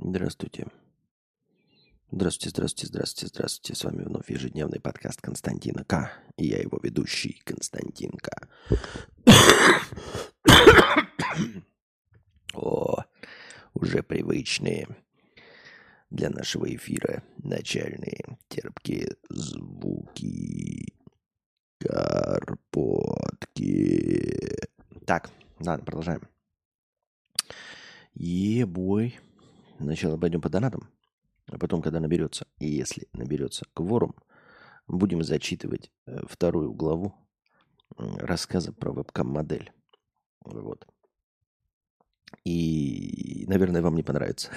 Здравствуйте. Здравствуйте. С вами вновь ежедневный подкаст Константина К. И я его ведущий Константин К. О, уже привычные для нашего эфира начальные терпкие звуки карпотки. Так, ладно, продолжаем. Ебой. Сначала пойдем по донатам, а потом, когда наберется, и если наберется кворум, будем зачитывать вторую главу рассказа про вебкам-модель. Вот. И, наверное, вам не понравится.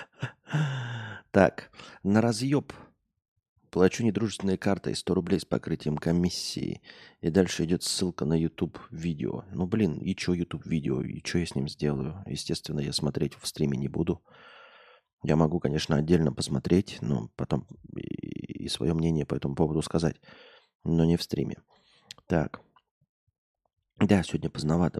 Так, на разъеб плачу недружественной картой 100 рублей с покрытием комиссии. И дальше идет ссылка на YouTube видео. Ну, блин, и что YouTube видео? И что я с ним сделаю? Естественно, я смотреть в стриме не буду. Я могу, конечно, отдельно посмотреть, но потом и свое мнение по этому поводу сказать. Но не в стриме. Так. Да, сегодня поздновато.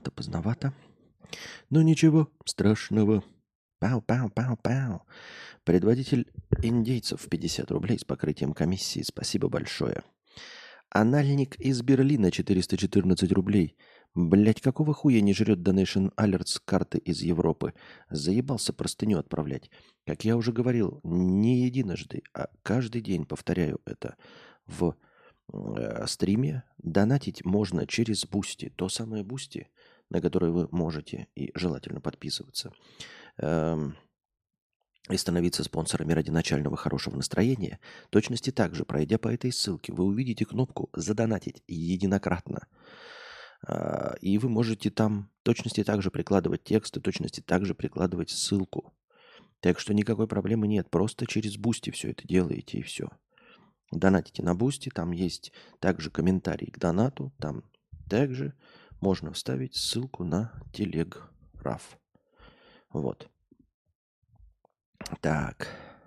Но ничего страшного. Пау. Предводитель индейцев 50 рублей с покрытием комиссии. Спасибо большое. Анальник из Берлина 414 рублей. Блять, какого хуя не жрет Donation Alert с карты из Европы? Заебался простыню отправлять. Как я уже говорил, не единожды, а каждый день повторяю это в стриме. Донатить можно через Бусти. То самое Бусти, на которое вы можете и желательно подписываться. И становиться спонсорами ради начального хорошего настроения, точности так же, пройдя по этой ссылке, вы увидите кнопку «Задонатить» единократно. И вы можете там точности так же прикладывать тексты, точности так же прикладывать ссылку. Так что никакой проблемы нет. Просто через Бусти все это делаете и все. Донатите на Бусти, там есть также комментарий к донату, там также можно вставить ссылку на Телеграф. Вот. Так.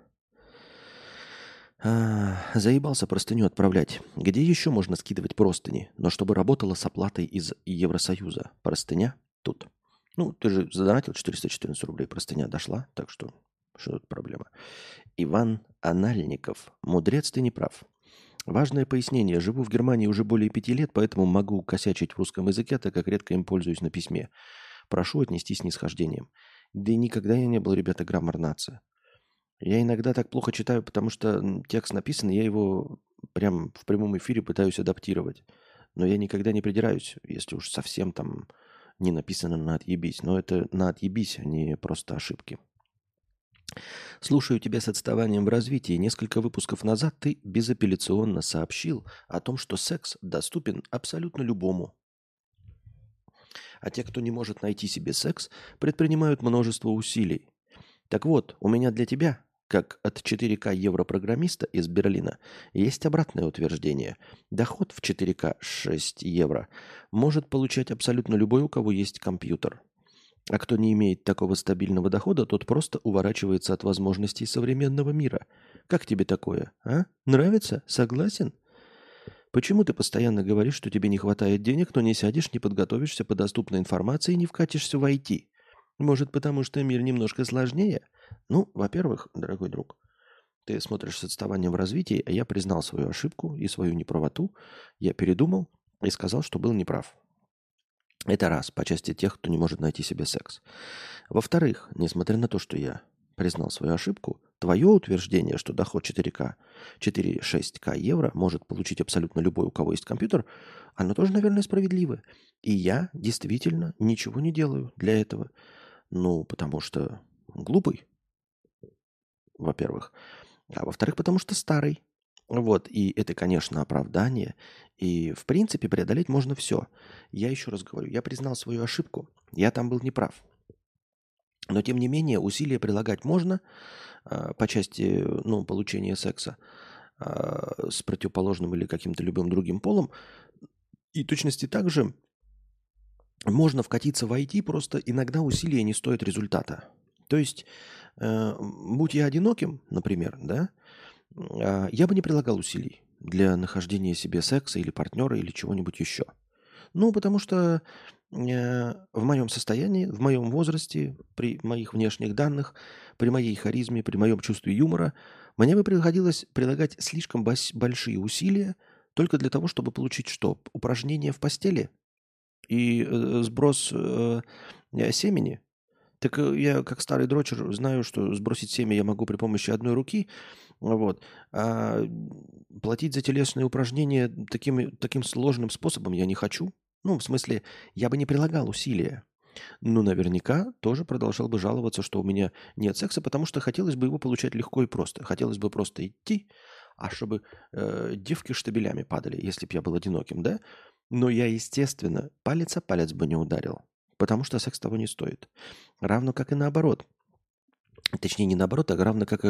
Заебался простыню отправлять. Где еще можно скидывать простыни, но чтобы работало с оплатой из Евросоюза? Простыня тут. Ну, ты же задонатил 414 рублей, простыня дошла, так что тут проблема. Иван Анальников. Мудрец, ты не прав. Важное пояснение. Живу в Германии уже более 5 лет, поэтому могу косячить в русском языке, так как редко им пользуюсь на письме. Прошу отнестись с снисхождением. Да и никогда я не был, ребята, граммар-нация. Я иногда так плохо читаю, потому что текст написан, и я его прям в прямом эфире пытаюсь адаптировать. Но я никогда не придираюсь, если уж совсем там не написано на отъебись. Но это на отъебись, а не просто ошибки. Слушаю тебя с отставанием в развитии. Несколько выпусков назад ты безапелляционно сообщил о том, что секс доступен абсолютно любому. А те, кто не может найти себе секс, предпринимают множество усилий. Так вот, у меня для тебя, как от 4К евро-программиста из Берлина, есть обратное утверждение. Доход в 4К 6 евро может получать абсолютно любой, у кого есть компьютер. А кто не имеет такого стабильного дохода, тот просто уворачивается от возможностей современного мира. Как тебе такое, а? Нравится? Согласен? Почему ты постоянно говоришь, что тебе не хватает денег, но не сядешь, не подготовишься по доступной информации и не вкатишься в IT? Может, потому что мир немножко сложнее? Ну, во-первых, дорогой друг, ты смотришь с отставанием в развитии, а я признал свою ошибку и свою неправоту. Я передумал и сказал, что был неправ. Это раз, по части тех, кто не может найти себе секс. Во-вторых, несмотря на то, что я признал свою ошибку, твое утверждение, что доход 4К, 4-6К евро может получить абсолютно любой, у кого есть компьютер, оно тоже, наверное, справедливо. И я действительно ничего не делаю для этого. Ну, потому что глупый, во-первых. А во-вторых, потому что старый. Вот, и это, конечно, оправдание. И, в принципе, преодолеть можно все. Я еще раз говорю, я признал свою ошибку. Я там был неправ. Но, тем не менее, усилия прилагать можно по части получения секса с противоположным или каким-то любым другим полом. И точности также можно вкатиться в IT, просто иногда усилия не стоят результата. То есть, будь я одиноким, например, да, я бы не прилагал усилий для нахождения себе секса или партнера или чего-нибудь еще. Ну, потому что в моем состоянии, в моем возрасте, при моих внешних данных, при моей харизме, при моем чувстве юмора, мне бы приходилось прилагать слишком большие усилия только для того, чтобы получить что? Упражнение в постели и сброс семени. Так я, как старый дрочер, знаю, что сбросить семя я могу при помощи одной руки, вот. А платить за телесные упражнения таким сложным способом я не хочу. Ну, в смысле, я бы не прилагал усилия. Но наверняка тоже продолжал бы жаловаться, что у меня нет секса, потому что хотелось бы его получать легко и просто. Хотелось бы просто идти, а чтобы девки штабелями падали, если бы я был одиноким, да? Но я, естественно, палец о палец бы не ударил, потому что секс того не стоит. Равно как и наоборот. Точнее, не наоборот, а равно как и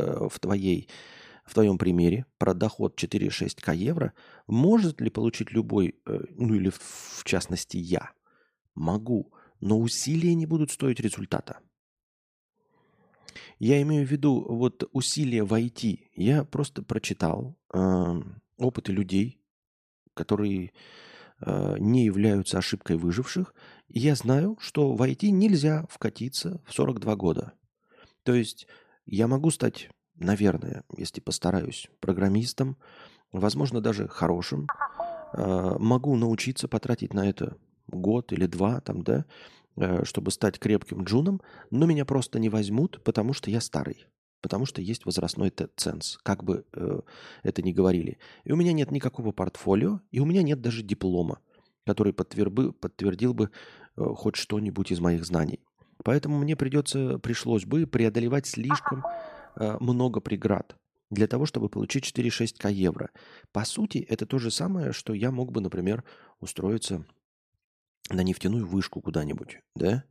в твоем примере про доход 4-6 евро, может ли получить любой, ну или в частности я? Могу, но усилия не будут стоить результата. Я имею в виду вот усилия войти. Я просто прочитал опыты людей, которые не являются ошибкой выживших. И я знаю, что войти нельзя вкатиться в 42 года. То есть я могу стать, наверное, если постараюсь, программистом, возможно, даже хорошим. Могу научиться потратить на это год или два, там, да, чтобы стать крепким джуном, но меня просто не возьмут, потому что я старый, потому что есть возрастной ценз, как бы это ни говорили. И у меня нет никакого портфолио, и у меня нет даже диплома, который подтвердил бы хоть что-нибудь из моих знаний. Поэтому мне пришлось бы преодолевать слишком много преград для того, чтобы получить 4-6 евро. По сути, это то же самое, что я мог бы, например, устроиться на нефтяную вышку куда-нибудь, да,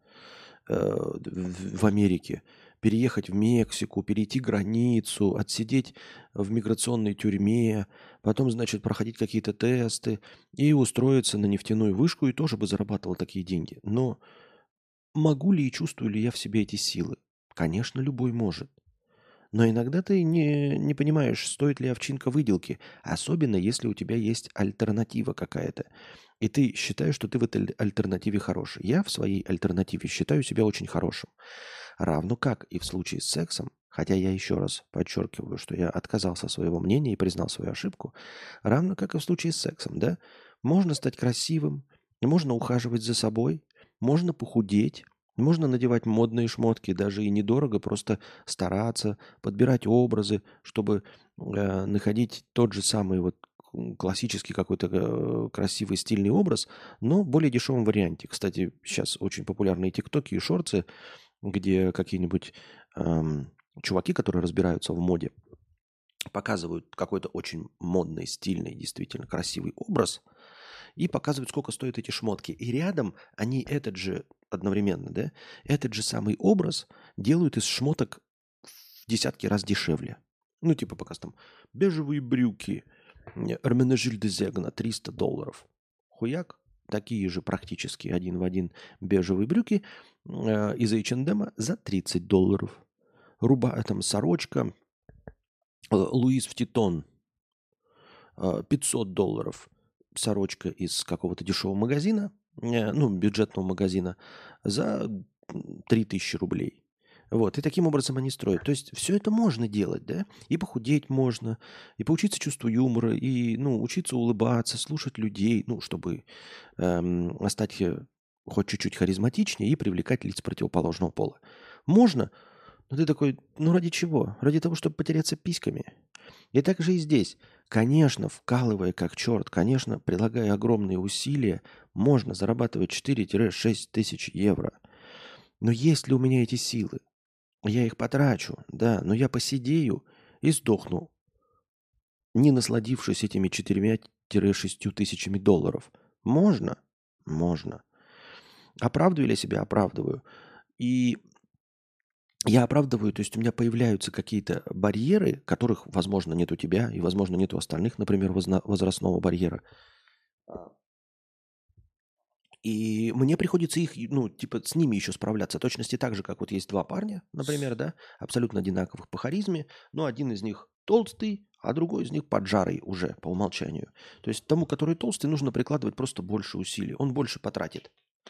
в Америке, переехать в Мексику, перейти границу, отсидеть в миграционной тюрьме, потом, значит, проходить какие-то тесты и устроиться на нефтяную вышку и тоже бы зарабатывал такие деньги. Но могу ли и чувствую ли я в себе эти силы? Конечно, любой может. Но иногда ты не понимаешь, стоит ли овчинка выделки, особенно если у тебя есть альтернатива какая-то. И ты считаешь, что ты в этой альтернативе хороший. Я в своей альтернативе считаю себя очень хорошим. Равно как и в случае с сексом, хотя я еще раз подчеркиваю, что я отказался от своего мнения и признал свою ошибку, равно как и в случае с сексом, да? Можно стать красивым, можно ухаживать за собой, можно похудеть, можно надевать модные шмотки, даже и недорого, просто стараться, подбирать образы, чтобы находить тот же самый вот классический какой-то красивый стильный образ, но в более дешевом варианте. Кстати, сейчас очень популярные тиктоки и шорты, где какие-нибудь чуваки, которые разбираются в моде, показывают какой-то очень модный, стильный, действительно красивый образ и показывают, сколько стоят эти шмотки. И рядом они этот же, одновременно, да, этот же самый образ делают из шмоток в десятки раз дешевле. Ну, типа показ там бежевые брюки, Hermenegilde de Zegna, $300. Хуяк, такие же практически один в один бежевые брюки из H&M за $30. Там сорочка Луис Втитон $500. Сорочка из какого-то дешевого магазина, ну, бюджетного магазина, за 3000 рублей. Вот, и таким образом они строят. То есть все это можно делать, да? И похудеть можно, и поучиться чувству юмора, и, ну, учиться улыбаться, слушать людей, ну, чтобы стать хоть чуть-чуть харизматичнее и привлекать лиц противоположного пола. Можно, но ты такой, ну, ради чего? Ради того, чтобы потеряться письками. И так же и здесь. Конечно, вкалывая как черт, конечно, прилагая огромные усилия, можно зарабатывать 4-6 тысяч евро. Но есть ли у меня эти силы? Я их потрачу, да, но я посидею и сдохну, не насладившись этими 4-6 тысячами долларов. Можно? Можно. Оправдываю ли я себя? Оправдываю. И я оправдываю, то есть у меня появляются какие-то барьеры, которых, возможно, нет у тебя и, возможно, нет у остальных, например, возрастного барьера. И мне приходится их, ну, типа, с ними еще справляться. Точности так же, как вот есть два парня, например, да, абсолютно одинаковых по харизме, но один из них толстый, а другой из них поджарый уже по умолчанию. То есть тому, который толстый, нужно прикладывать просто больше усилий. Он больше потратит.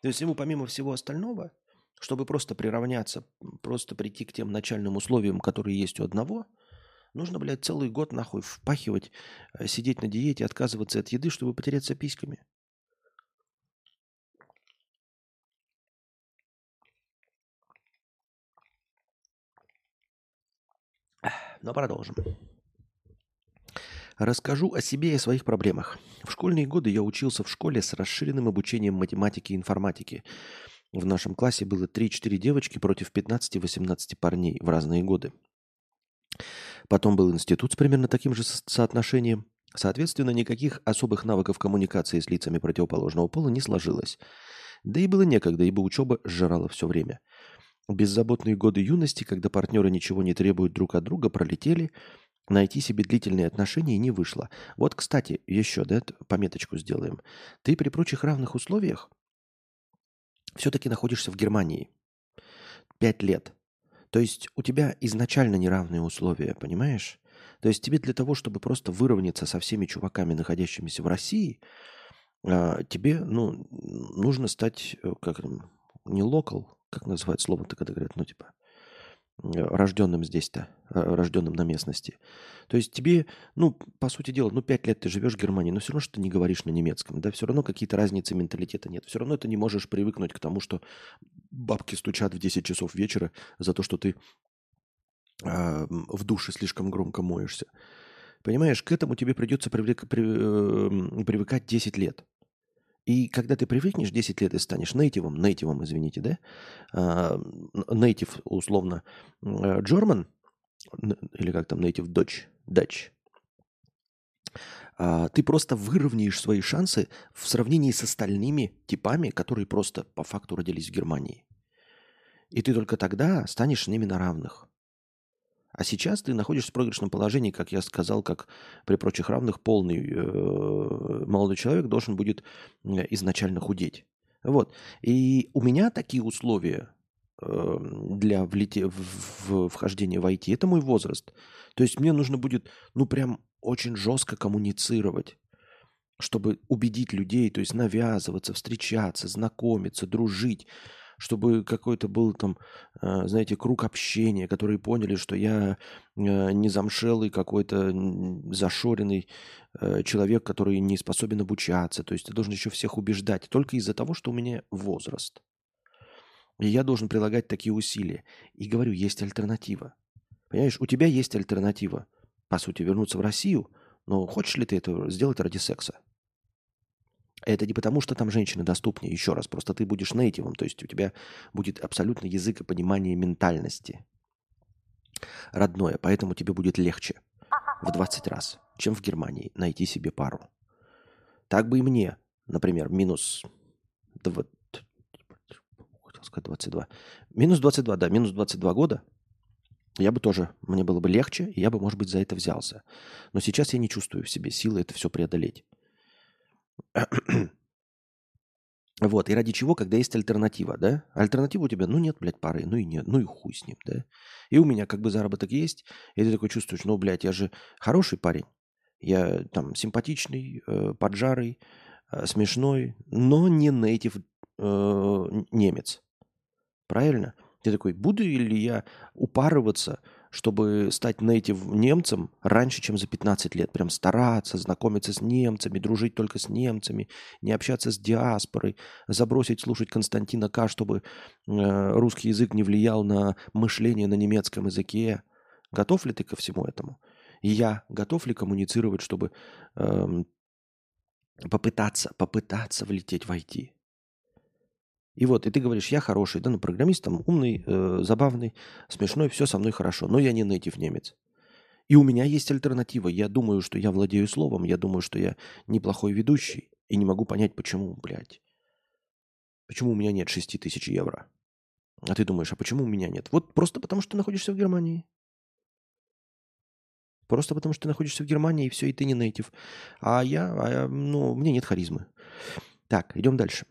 То есть ему помимо всего остального, чтобы просто приравняться, просто прийти к тем начальным условиям, которые есть у одного, нужно, блядь, целый год нахуй впахивать, сидеть на диете, отказываться от еды, чтобы потеряться письками. Но продолжим. Расскажу о себе и о своих проблемах. В школьные годы я учился в школе с расширенным обучением математики и информатики. В нашем классе было 3-4 девочки против 15-18 парней в разные годы. Потом был институт с примерно таким же соотношением. Соответственно, никаких особых навыков коммуникации с лицами противоположного пола не сложилось. Да и было некогда, ибо учеба сжирала все время. Беззаботные годы юности, когда партнеры ничего не требуют друг от друга, пролетели. Найти себе длительные отношения не вышло. Вот, кстати, еще, да, пометочку сделаем. Ты при прочих равных условиях все-таки находишься в Германии 5 лет. То есть у тебя изначально неравные условия, понимаешь? То есть тебе для того, чтобы просто выровняться со всеми чуваками, находящимися в России, тебе, ну, нужно стать, как там, не локал, как называют слово-то, когда говорят, ну, типа, рожденным здесь-то, рожденным на местности. То есть тебе, ну, по сути дела, ну, 5 лет ты живешь в Германии, но все равно, что ты не говоришь на немецком, да, все равно какие-то разницы менталитета нет. Все равно ты не можешь привыкнуть к тому, что бабки стучат в 10 часов вечера за то, что ты в душе слишком громко моешься. Понимаешь, к этому тебе придется привыкать 10 лет. И когда ты привыкнешь 10 лет и станешь нейтивом, извините, да, нейтив, условно, German, или как там, native Dutch, ты просто выровняешь свои шансы в сравнении с остальными типами, которые просто по факту родились в Германии. И ты только тогда станешь с ними на равных. А сейчас ты находишься в проигрышном положении, как я сказал, как при прочих равных полный молодой человек должен будет изначально худеть. Вот. И у меня такие условия для вхождения в IT– это мой возраст. То есть мне нужно будет, ну, прям очень жестко коммуницировать, чтобы убедить людей, то есть навязываться, встречаться, знакомиться, дружить, чтобы какой-то был там, знаете, круг общения, которые поняли, что я не замшелый какой-то зашоренный человек, который не способен обучаться. То есть ты должен еще всех убеждать только из-за того, что у меня возраст. И я должен прилагать такие усилия. И говорю, есть альтернатива. Понимаешь, у тебя есть альтернатива. По сути, вернуться в Россию, но хочешь ли ты это сделать ради секса? Это не потому, что там женщины доступнее, еще раз, просто ты будешь нейтивом, то есть у тебя будет абсолютно язык и понимание ментальности родное, поэтому тебе будет легче в 20 раз, чем в Германии найти себе пару. Так бы и мне, например, хотел сказать 22, минус 22, да, минус 22 года, я бы тоже, мне было бы легче, и я бы, может быть, за это взялся. Но сейчас я не чувствую в себе силы это все преодолеть. Вот, и ради чего, когда есть альтернатива, да? Альтернатива у тебя, ну нет, блядь, пары, ну и нет, ну и хуй с ним, да? И у меня как бы заработок есть, и ты такой чувствуешь, ну, блядь, я же хороший парень, я там симпатичный, поджарый, смешной, но не нейтив немец, правильно? Ты такой, буду ли я упарываться, чтобы стать нейтив немцем раньше, чем за 15 лет? Прям стараться, знакомиться с немцами, дружить только с немцами, не общаться с диаспорой, забросить слушать Константина К., чтобы русский язык не влиял на мышление на немецком языке. Готов ли ты ко всему этому? И я готов ли коммуницировать, чтобы эм, попытаться влететь в IT? И вот, и ты говоришь, я хороший, да, ну, программист там умный, забавный, смешной, все со мной хорошо, но я не нейтив немец. И у меня есть альтернатива. Я думаю, что я владею словом, я думаю, что я неплохой ведущий, и не могу понять, почему, блядь. Почему у меня нет 6 000 евро? А ты думаешь, а почему у меня нет? Вот просто потому, что ты находишься в Германии. Просто потому, что ты находишься в Германии, и все, и ты не нейтив. Ну, у меня нет харизмы. Так, идем дальше.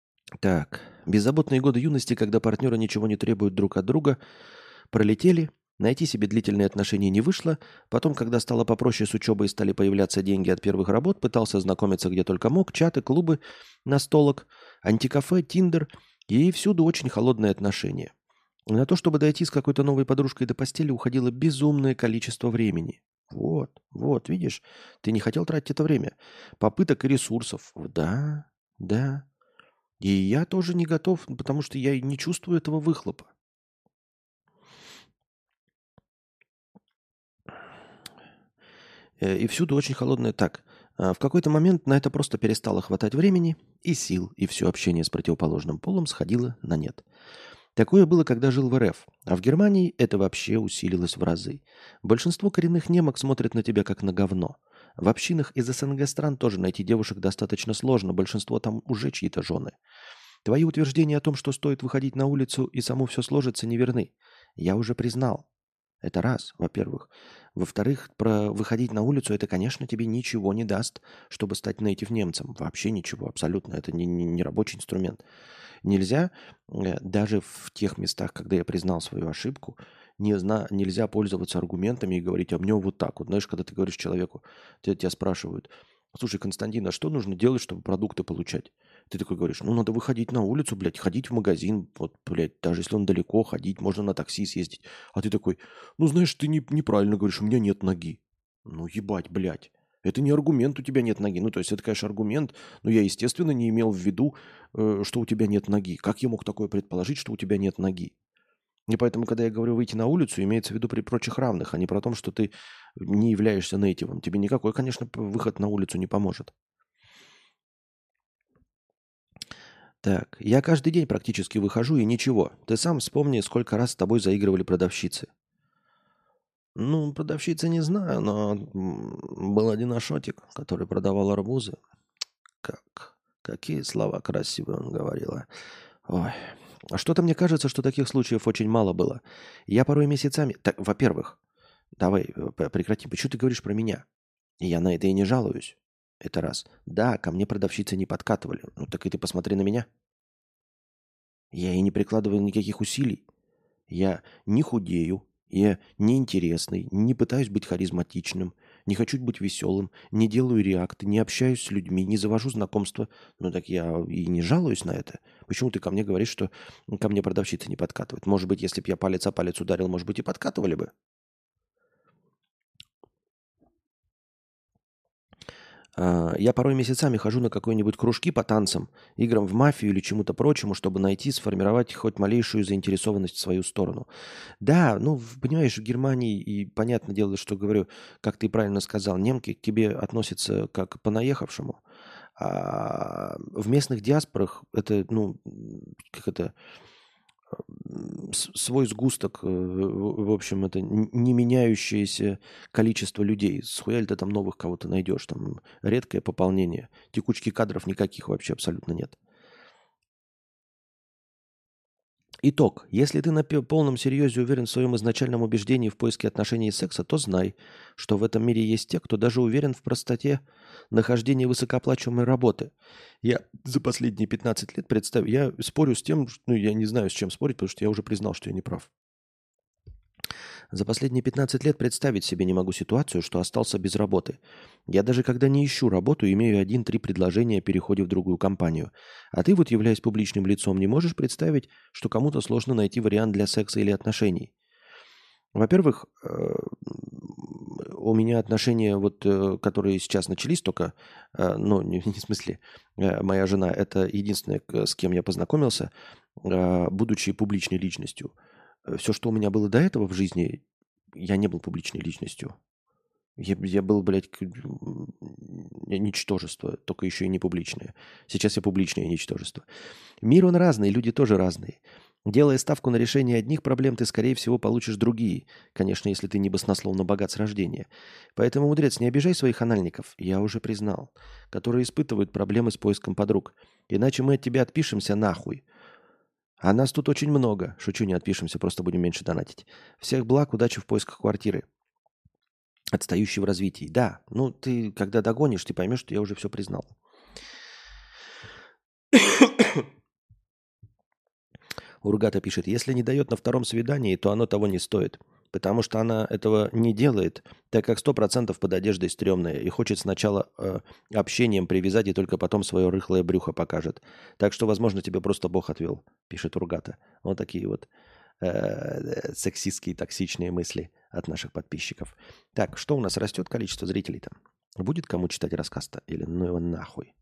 Так, беззаботные годы юности, когда партнеры ничего не требуют друг от друга, пролетели. Найти себе длительные отношения не вышло. Потом, когда стало попроще с учебой и стали появляться деньги от первых работ, пытался знакомиться где только мог. Чаты, клубы, настолок, антикафе, тиндер. И всюду очень холодные отношения. На то, чтобы дойти с какой-то новой подружкой до постели, уходило безумное количество времени. Вот, вот, видишь, ты не хотел тратить это время. Попыток и ресурсов. Да, да. И я тоже не готов, потому что я не чувствую этого выхлопа. И всюду очень холодное так. В какой-то момент на это просто перестало хватать времени и сил, и все общение с противоположным полом сходило на нет. Такое было, когда жил в РФ, а в Германии это вообще усилилось в разы. Большинство коренных немок смотрят на тебя как на говно. В общинах из СНГ стран тоже найти девушек достаточно сложно, большинство там уже чьи-то жены. Твои утверждения о том, что стоит выходить на улицу и само все сложится, неверны. Я уже признал. Это раз, во-первых. Во-вторых, про выходить на улицу, это, конечно, тебе ничего не даст, чтобы стать нейтив немцем. Вообще ничего, абсолютно. Это не рабочий инструмент. Нельзя, даже в тех местах, когда я признал свою ошибку, нельзя пользоваться аргументами и говорить, а мне вот так вот. Знаешь, когда ты говоришь человеку, тебя спрашивают, слушай, Константин, а что нужно делать, чтобы продукты получать? Ты такой говоришь, ну, надо выходить на улицу, блядь, ходить в магазин, вот, блядь, даже если он далеко, ходить, можно на такси съездить. А ты такой, ну, знаешь, ты неправильно говоришь, у меня нет ноги. Ну, ебать, блядь. Это не аргумент, у тебя нет ноги. Ну, то есть это, конечно, аргумент, но я, естественно, не имел в виду, что у тебя нет ноги. Как я мог такое предположить, что у тебя нет ноги? И поэтому, когда я говорю выйти на улицу, имеется в виду при прочих равных, а не про то, что ты не являешься нейтивом. Тебе никакой, конечно, выход на улицу не поможет. Так, я каждый день практически выхожу и ничего. Ты сам вспомни, сколько раз с тобой заигрывали продавщицы. Ну, продавщицы не знаю, но был один ашотик, который продавал арбузы. Какие слова красивые он говорил. Ой. А что-то мне кажется, что таких случаев очень мало было. Я порой месяцами... Так, во-первых, давай прекратим. Почему ты говоришь про меня? И я на это и не жалуюсь. Это раз. Да, ко мне продавщицы не подкатывали. Ну так и ты посмотри на меня. Я и не прикладываю никаких усилий. Я не худею, я неинтересный, не пытаюсь быть харизматичным, не хочу быть веселым, не делаю реакты, не общаюсь с людьми, не завожу знакомства. Ну так я и не жалуюсь на это. Почему ты ко мне говоришь, что ко мне продавщица не подкатывает? Может быть, если бы я палец о палец ударил, может быть, и подкатывали бы? Я порой месяцами хожу на какие-нибудь кружки по танцам, играм в мафию или чему-то прочему, чтобы найти, сформировать хоть малейшую заинтересованность в свою сторону. Да, ну, понимаешь, в Германии, и понятное дело, что говорю, как ты правильно сказал, немки к тебе относятся как к понаехавшему. А в местных диаспорах это, ну, как это, свой сгусток, в общем, это не меняющееся количество людей. Схуяли ты там новых кого-то найдешь, там редкое пополнение. Текучки кадров никаких вообще абсолютно нет. Итог. Если ты на полном серьезе уверен в своем изначальном убеждении в поиске отношений и секса, то знай, что в этом мире есть те, кто даже уверен в простоте нахождения высокооплачиваемой работы. Я за последние 15 лет я спорю с тем, ну я не знаю, с чем спорить, потому что я уже признал, что я не прав. За последние 15 лет представить себе не могу ситуацию, что остался без работы. Я даже когда не ищу работу, имею один-три предложения о переходе в другую компанию. А ты вот, являясь публичным лицом, не можешь представить, что кому-то сложно найти вариант для секса или отношений. Во-первых, у меня отношения, вот, которые сейчас начались только, ну, не в смысле, моя жена, это единственная, с кем я познакомился, будучи публичной личностью. Все, что у меня было до этого в жизни, я не был публичной личностью. Я был, блядь, ничтожество, только еще и не публичное. Сейчас я публичное ничтожество. Мир, он разный, люди тоже разные. Делая ставку на решение одних проблем, ты, скорее всего, получишь другие. Конечно, если ты не баснословно богат с рождения. Поэтому, мудрец, не обижай своих анальников, я уже признал, которые испытывают проблемы с поиском подруг. Иначе мы от тебя отпишемся нахуй. А нас тут очень много. Шучу, не отпишемся, просто будем меньше донатить. Всех благ, удачи в поисках квартиры. Отстающий в развитии. Да, ну ты, когда догонишь, ты поймешь, что я уже все признал. Ургата пишет, если не дает на втором свидании, то оно того не стоит. потому что она этого не делает, так как 100% под одеждой стрёмная и хочет сначала общением привязать и только потом свое рыхлое брюхо покажет. Так что, возможно, тебе просто Бог отвел, пишет Ургата. Вот такие вот сексистские, токсичные мысли от наших подписчиков. Так, что у нас растет количество зрителей там? Будет кому читать рассказ-то? Или ну его нахуй?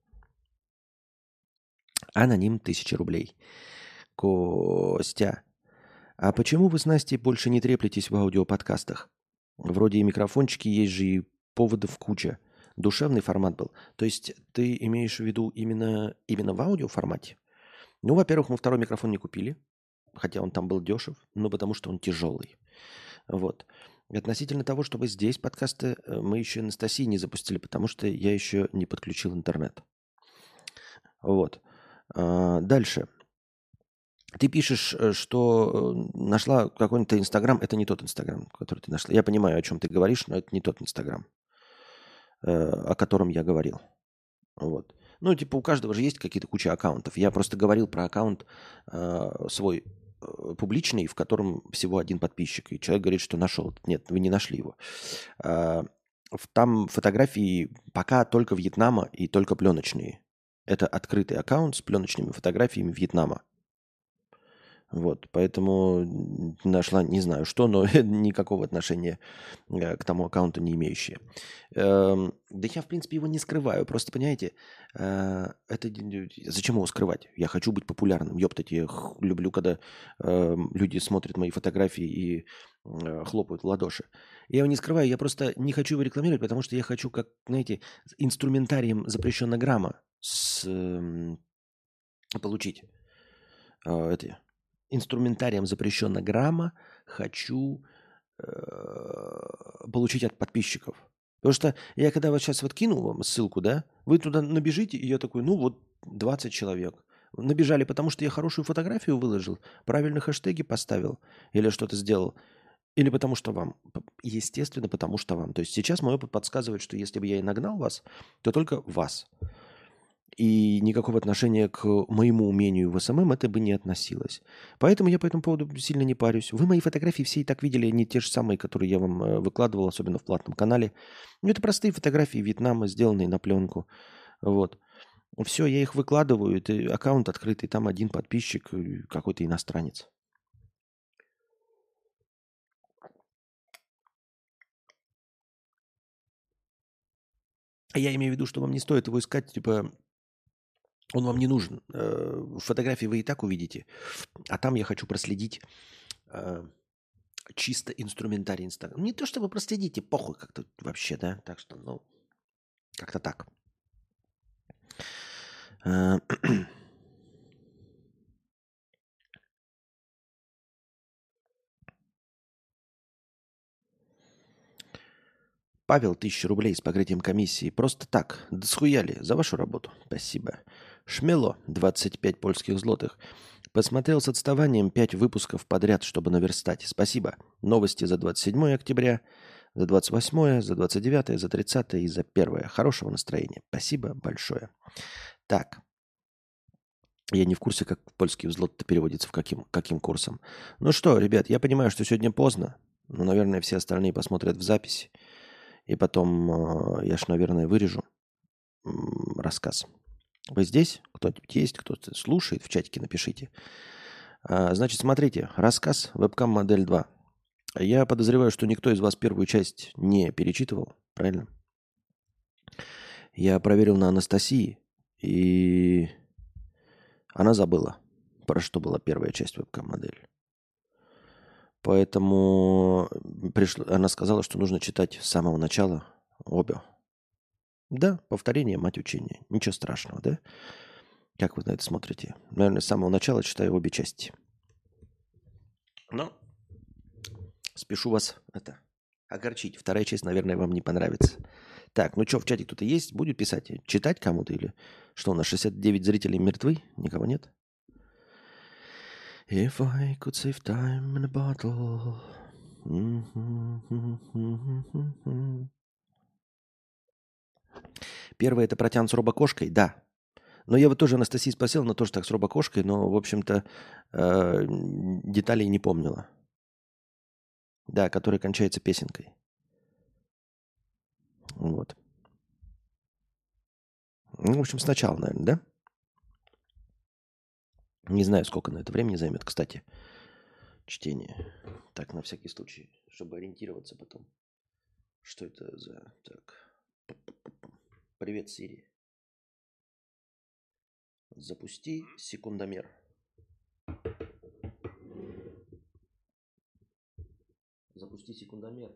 Аноним 1000 рублей. Костя, а почему вы с Настей больше не треплетесь в аудиоподкастах? Вроде и микрофончики есть же, и поводов куча. Душевный формат был. То есть ты имеешь в виду именно в аудиоформате? Ну, во-первых, мы второй микрофон не купили, хотя он там был дешев, но потому что он тяжелый. Вот. Относительно того, чтобы здесь подкасты, мы еще Анастасии не запустили, потому что я еще не подключил интернет. Вот. Дальше. Ты пишешь, что нашла какой-то Инстаграм. Это не тот Инстаграм, который ты нашла. Я понимаю, о чем ты говоришь, но это не тот Инстаграм, о котором я говорил. Вот. Ну, типа, у каждого же есть какие-то куча аккаунтов. Я просто говорил про аккаунт свой публичный, в котором всего один подписчик. И человек говорит, что нашел. Нет, вы не нашли его. Там фотографии пока только Вьетнама и только пленочные. Это открытый аккаунт с пленочными фотографиями Вьетнама. Вот, поэтому нашла не знаю что, но никакого отношения к тому аккаунту не имеющие. Да я, в принципе, его не скрываю. Просто, понимаете, зачем его скрывать? Я хочу быть популярным. Ёптать, я люблю, когда люди смотрят мои фотографии и хлопают в ладоши. Я его не скрываю, я просто не хочу его рекламировать, потому что я хочу, как, знаете, инструментарием запрещенная грамма получить эти инструментарием запрещенная грамма хочу получить от подписчиков. Потому что я когда вот сейчас вот кину вам ссылку, да, вы туда набежите, и я такой, ну вот 20 человек. Набежали, потому что я хорошую фотографию выложил, правильные хэштеги поставил или что-то сделал. Или потому что вам. Естественно, потому что вам. То есть сейчас мой опыт подсказывает, что если бы я и нагнал вас, то только вас. И никакого отношения к моему умению в СММ это бы не относилось. Поэтому я по этому поводу сильно не парюсь. Вы мои фотографии все и так видели, они те же самые, которые я вам выкладывал, особенно в платном канале. Ну, это простые фотографии Вьетнама, сделанные на пленку. Вот. Все, я их выкладываю, это аккаунт открытый, там один подписчик, какой-то иностранец. Я имею в виду, что вам не стоит его искать, типа, он вам не нужен. Фотографии вы и так увидите. А там я хочу проследить чисто инструментарий Инстаграм. Не то чтобы проследите, похуй как-то вообще, да? Так что, ну, как-то так. Павел, 1000 рублей с покрытием комиссии. Просто так. Да схуяли. За вашу работу. Спасибо. Шмело, 25 польских злотых. Посмотрел с отставанием 5 выпусков подряд, чтобы наверстать. Спасибо. Новости за 27 октября, за 28, за 29, за 30 и за 1. Хорошего настроения. Спасибо большое. Так. Я не в курсе, как польский взлот переводится, в каким курсом. Ну что, ребят, я понимаю, что сегодня поздно. Но, наверное, все остальные посмотрят в запись. И потом я ж, наверное, вырежу рассказ. Вы здесь? Кто-нибудь есть? Кто-то слушает? В чатике напишите. Значит, смотрите. Рассказ «Вебкам-модель 2». Я подозреваю, что никто из вас первую часть не перечитывал. Правильно? Я проверил на Анастасии, и она забыла, про что была первая часть «Вебкам-модель». Поэтому она сказала, что нужно читать с самого начала обе. Да, повторение, мать учения. Ничего страшного, да? Как вы на это смотрите? Наверное, с самого начала читаю обе части. Но спешу вас огорчить. Вторая часть, наверное, вам не понравится. Так, ну что, в чате кто-то есть? Будет писать? Читать кому-то? Или что, у нас 69 зрителей мертвы? Никого нет? If I could save time in a bottle. Первое это протян с робокошкой, да. Но я вот тоже Анастасии спросил, но тоже так с робокошкой, но, в общем-то, деталей не помнила. Да, который кончается песенкой. Вот. Ну, в общем, сначала, наверное, да? Не знаю, сколько на это времени займет, кстати, чтение. Так, на всякий случай, чтобы ориентироваться потом. Что это за... Так. Привет, Сири. Запусти секундомер. Запусти секундомер.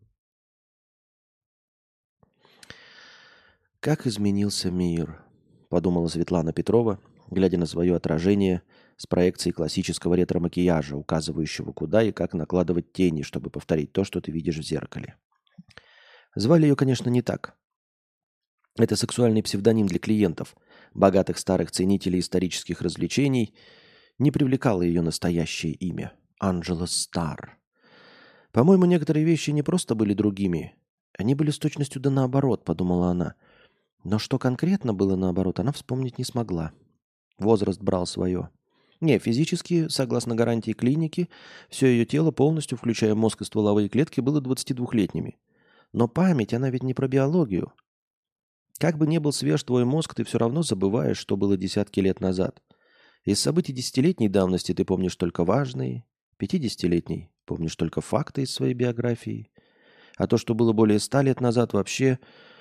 Как изменился мир, подумала Светлана Петрова, глядя на свое отражение с проекцией классического ретро-макияжа, указывающего, куда и как накладывать тени, чтобы повторить то, что ты видишь в зеркале. Звали ее, конечно, не так. Это сексуальный псевдоним для клиентов, богатых старых ценителей исторических развлечений, не привлекало ее настоящее имя – Анджела Стар. По-моему, некоторые вещи не просто были другими, они были с точностью да наоборот, подумала она. Но что конкретно было наоборот, она вспомнить не смогла. Возраст брал свое. Не, физически, согласно гарантии клиники, все ее тело полностью, включая мозг и стволовые клетки, было 22-летними. Но память, она ведь не про биологию. Как бы ни был свеж твой мозг, ты все равно забываешь, что было десятки лет назад. Из событий десятилетней давности ты помнишь только важные, 50-летней помнишь только факты из своей биографии. А то, что было более 100 лет назад, вообще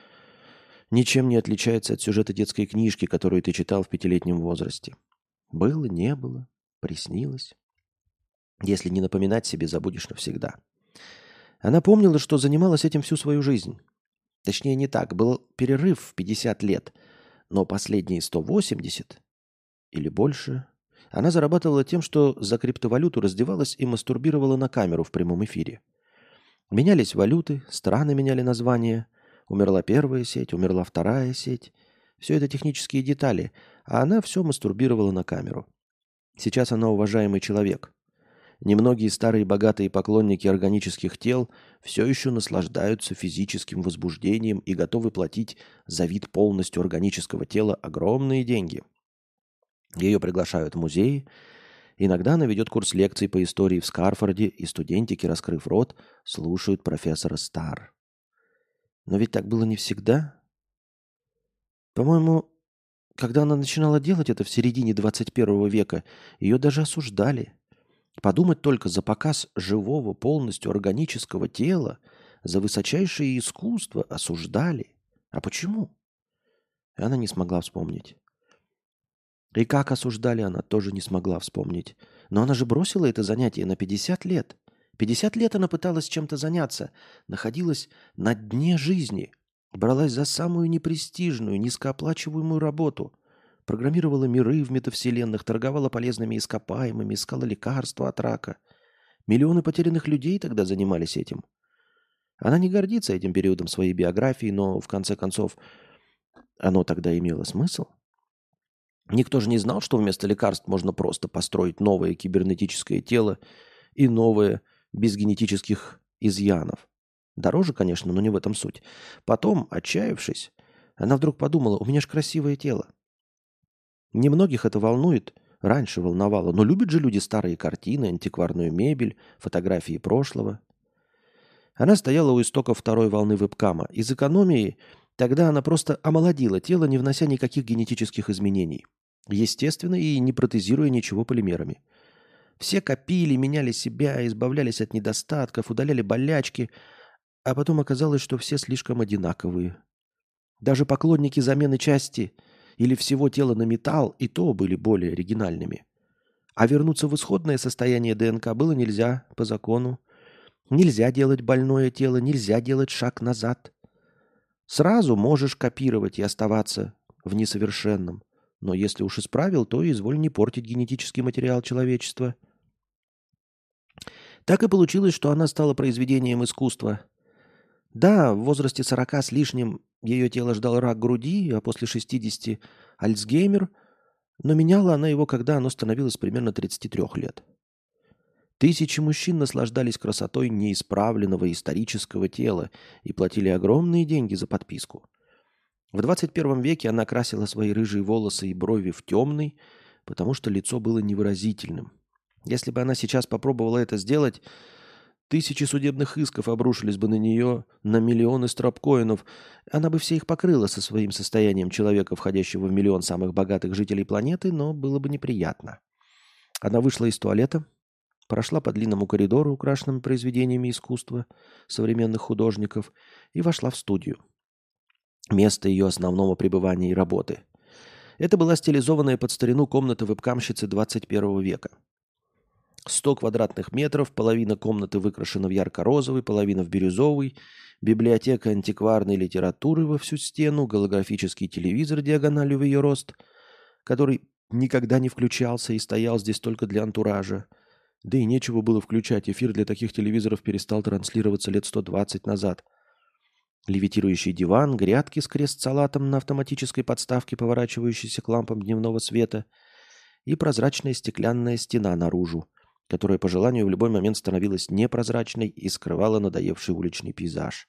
ничем не отличается от сюжета детской книжки, которую ты читал в 5-летнем возрасте. Было, не было, приснилось. Если не напоминать себе, забудешь навсегда. Она помнила, что занималась этим всю свою жизнь. Точнее, не так. Был перерыв в 50 лет, но последние 180 или больше она зарабатывала тем, что за криптовалюту раздевалась и мастурбировала на камеру в прямом эфире. Менялись валюты, страны меняли названия. Умерла первая сеть, умерла вторая сеть. Все это технические детали, а она все мастурбировала на камеру. Сейчас она уважаемый человек. Немногие старые богатые поклонники органических тел все еще наслаждаются физическим возбуждением и готовы платить за вид полностью органического тела огромные деньги. Ее приглашают в музеи. Иногда она ведет курс лекций по истории в Скарфорде, и студентики, раскрыв рот, слушают профессора Стар. Но ведь так было не всегда. По-моему, когда она начинала делать это в середине 21 века, ее даже осуждали. Подумать только, за показ живого, полностью органического тела, за высочайшее искусство осуждали. А почему? Она не смогла вспомнить. И как осуждали, она тоже не смогла вспомнить. Но она же бросила это занятие на 50 лет. 50 лет она пыталась чем-то заняться, находилась на дне жизни, бралась за самую непрестижную, низкооплачиваемую работу, программировала миры в метавселенных, торговала полезными ископаемыми, искала лекарства от рака. Миллионы потерянных людей тогда занимались этим. Она не гордится этим периодом своей биографии, но, в конце концов, оно тогда имело смысл. Никто же не знал, что вместо лекарств можно просто построить новое кибернетическое тело и новое без генетических изъянов. Дороже, конечно, но не в этом суть. Потом, отчаявшись, она вдруг подумала, у меня же красивое тело. Немногих это волнует, раньше волновало, но любят же люди старые картины, антикварную мебель, фотографии прошлого. Она стояла у истоков второй волны вебкама. Из экономии тогда она просто омолодила тело, не внося никаких генетических изменений. Естественно, и не протезируя ничего полимерами. Все копили, меняли себя, избавлялись от недостатков, удаляли болячки, а потом оказалось, что все слишком одинаковые. Даже поклонники замены части или всего тела на металл и то были более оригинальными. А вернуться в исходное состояние ДНК было нельзя по закону. Нельзя делать больное тело, нельзя делать шаг назад. Сразу можешь копировать и оставаться в несовершенном. Но если уж исправил, то изволь не портить генетический материал человечества. Так и получилось, что она стала произведением искусства. Да, в возрасте 40 с лишним ее тело ждал рак груди, а после 60 Альцгеймер, но меняла она его, когда оно становилось примерно 33 лет. Тысячи мужчин наслаждались красотой неисправленного исторического тела и платили огромные деньги за подписку. В 21 веке она красила свои рыжие волосы и брови в темный, потому что лицо было невыразительным. Если бы она сейчас попробовала это сделать, Тысячи судебных исков обрушились бы на нее, на миллионы стропкоинов. Она бы все их покрыла со своим состоянием человека, входящего в миллион самых богатых жителей планеты, но было бы неприятно. Она вышла из туалета, прошла по длинному коридору, украшенному произведениями искусства современных художников, и вошла в студию. Место ее основного пребывания и работы. Это была стилизованная под старину комната вебкамщицы 21 века. 100 квадратных метров, половина комнаты выкрашена в ярко-розовый, половина в бирюзовый, библиотека антикварной литературы во всю стену, голографический телевизор диагональю в ее рост, который никогда не включался и стоял здесь только для антуража. Да и нечего было включать, эфир для таких телевизоров перестал транслироваться лет 120 назад. Левитирующий диван, грядки с крест-салатом на автоматической подставке, поворачивающейся к лампам дневного света, и прозрачная стеклянная стена наружу, которая по желанию в любой момент становилась непрозрачной и скрывала надоевший уличный пейзаж.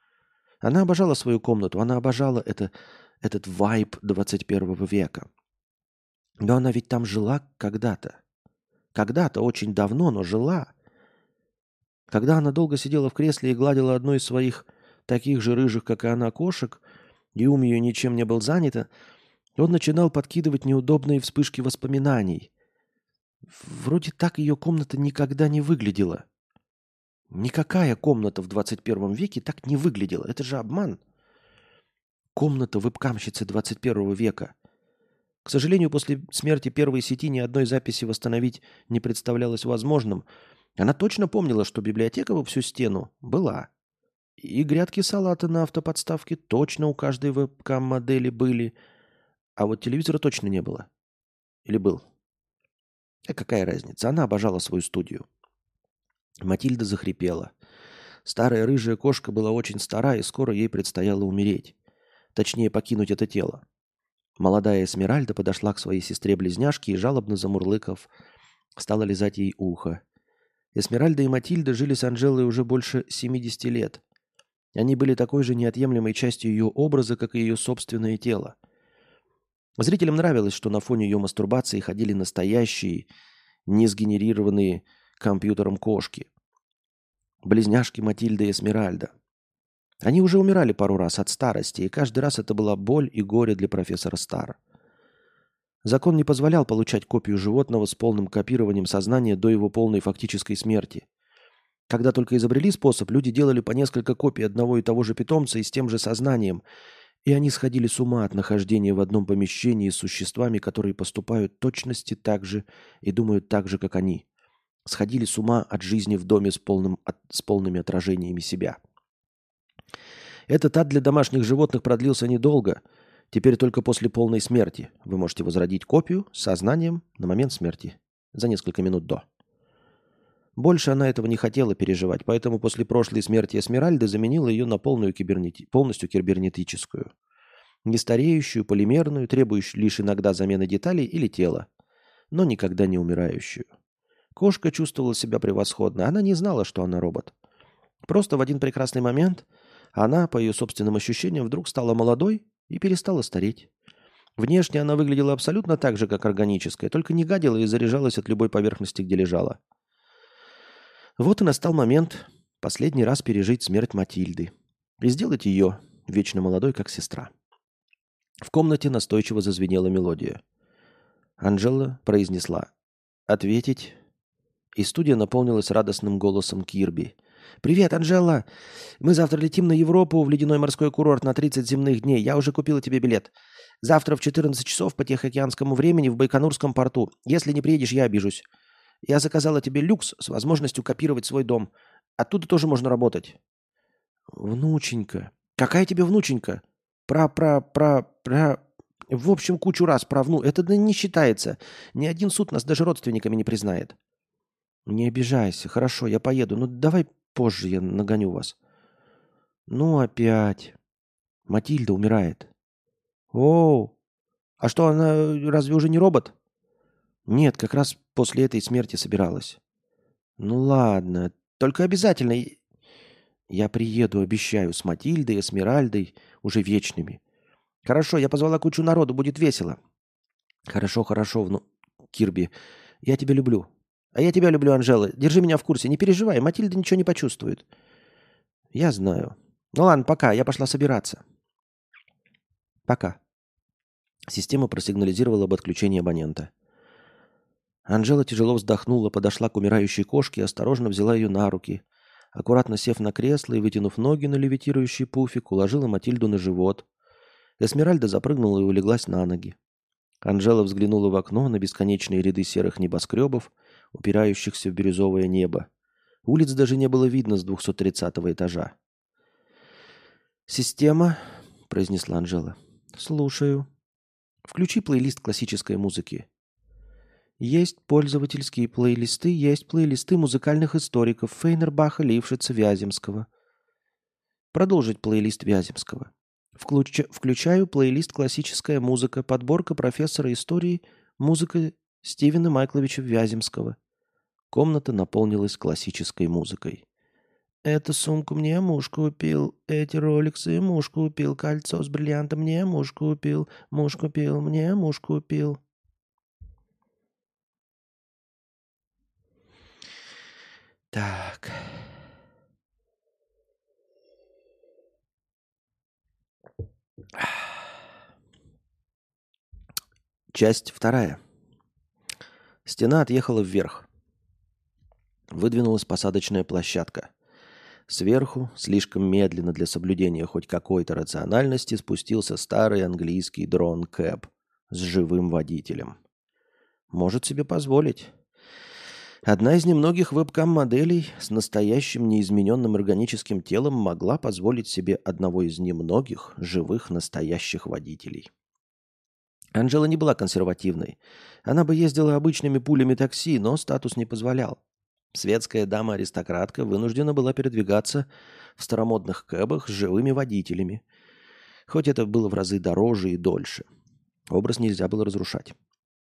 Она обожала свою комнату, она обожала этот вайб 21 века. Но она ведь там жила когда-то. Когда-то, очень давно, но жила. Когда она долго сидела в кресле и гладила одну из своих таких же рыжих, как и она, кошек, и ум ее ничем не был занят, он начинал подкидывать неудобные вспышки воспоминаний. Вроде так ее комната никогда не выглядела. Никакая комната в 21 веке так не выглядела. Это же обман. Комната вебкамщицы 21 века. К сожалению, после смерти первой сети ни одной записи восстановить не представлялось возможным. Она точно помнила, что библиотека во всю стену была. И грядки салата на автоподставке точно у каждой вебкам-модели были. А вот телевизора точно не было. Или был? А какая разница? Она обожала свою студию. Матильда захрипела. Старая рыжая кошка была очень стара, и скоро ей предстояло умереть. Точнее, покинуть это тело. Молодая Эсмеральда подошла к своей сестре-близняшке и, жалобно замурлыков, стала лизать ей ухо. Эсмеральда и Матильда жили с Анжелой уже больше 70 лет. Они были такой же неотъемлемой частью ее образа, как и ее собственное тело. Зрителям нравилось, что на фоне ее мастурбации ходили настоящие, не сгенерированные компьютером кошки. Близняшки Матильда и Эсмеральда. Они уже умирали пару раз от старости, и каждый раз это была боль и горе для профессора Стар. Закон не позволял получать копию животного с полным копированием сознания до его полной фактической смерти. Когда только изобрели способ, люди делали по несколько копий одного и того же питомца и с тем же сознанием, и они сходили с ума от нахождения в одном помещении с существами, которые поступают точности так же и думают так же, как они. Сходили с ума от жизни в доме с полными отражениями себя. Этот ад для домашних животных продлился недолго. Теперь только после полной смерти вы можете возродить копию с сознанием на момент смерти, за несколько минут до. Больше она этого не хотела переживать, поэтому после прошлой смерти Эсмеральды заменила ее на полностью кибернетическую. Нестареющую, полимерную, требующую лишь иногда замены деталей или тела, но никогда не умирающую. Кошка чувствовала себя превосходно, она не знала, что она робот. Просто в один прекрасный момент она, по ее собственным ощущениям, вдруг стала молодой и перестала стареть. Внешне она выглядела абсолютно так же, как органическая, только не гадила и заряжалась от любой поверхности, где лежала. Вот и настал момент последний раз пережить смерть Матильды и сделать ее вечно молодой, как сестра. В комнате настойчиво зазвенела мелодия. Анжела произнесла «Ответить?» И студия наполнилась радостным голосом Кирби. «Привет, Анжела! Мы завтра летим на Европу в ледяной морской курорт на 30 земных дней. Я уже купила тебе билет. Завтра в 14 часов по Тихоокеанскому времени в Байконурском порту. Если не приедешь, я обижусь. Я заказала тебе люкс с возможностью копировать свой дом. Оттуда тоже можно работать». «Внученька». «Какая тебе внученька?» В общем, кучу раз Это да не считается. Ни один суд нас даже родственниками не признает». «Не обижайся. Хорошо, я поеду. Ну, давай позже я нагоню вас». «Ну, опять. Матильда умирает». «Оу! А что, она разве уже не робот?» «Нет, как раз после этой смерти собиралась». «Ну, ладно. Только обязательно. Я приеду, обещаю, с Матильдой, Эсмеральдой, уже вечными». «Хорошо, я позвала кучу народу, будет весело». «Хорошо, Кирби. Я тебя люблю». А я тебя люблю, Анжела. Держи меня в курсе. Не переживай, Матильда ничего не почувствует. Я знаю. Ну ладно, пока. Я пошла собираться. Пока. Система просигнализировала об отключении абонента. Анжела тяжело вздохнула, подошла к умирающей кошке и осторожно взяла ее на руки. Аккуратно сев на кресло и вытянув ноги на левитирующий пуфик, уложила Матильду на живот. Эсмеральда запрыгнула и улеглась на ноги. Анжела взглянула в окно на бесконечные ряды серых небоскребов, упирающихся в бирюзовое небо. Улиц даже не было видно с 230-го этажа. «Система», — произнесла Анжела. «Слушаю. Включи плейлист классической музыки». «Есть пользовательские плейлисты, есть плейлисты музыкальных историков Фейнербаха, Лившица, Вяземского». «Продолжить плейлист Вяземского». Включаю плейлист «Классическая музыка», подборка профессора истории, музыка Стивена Майкловича Вяземского. Комната наполнилась классической музыкой. «Эту сумку мне муж купил, эти роликсы муж купил, кольцо с бриллиантом мне муж купил, мне муж купил». Так. Часть вторая. Стена отъехала вверх. Выдвинулась посадочная площадка. Сверху, слишком медленно для соблюдения хоть какой-то рациональности, спустился старый английский дрон-кэб с живым водителем. Может себе позволить. Одна из немногих вебкам-моделей с настоящим неизмененным органическим телом могла позволить себе одного из немногих живых настоящих водителей. Анжела не была консервативной. Она бы ездила обычными пулями такси, но статус не позволял. Светская дама-аристократка вынуждена была передвигаться в старомодных кэбах с живыми водителями. Хоть это было в разы дороже и дольше. Образ нельзя было разрушать.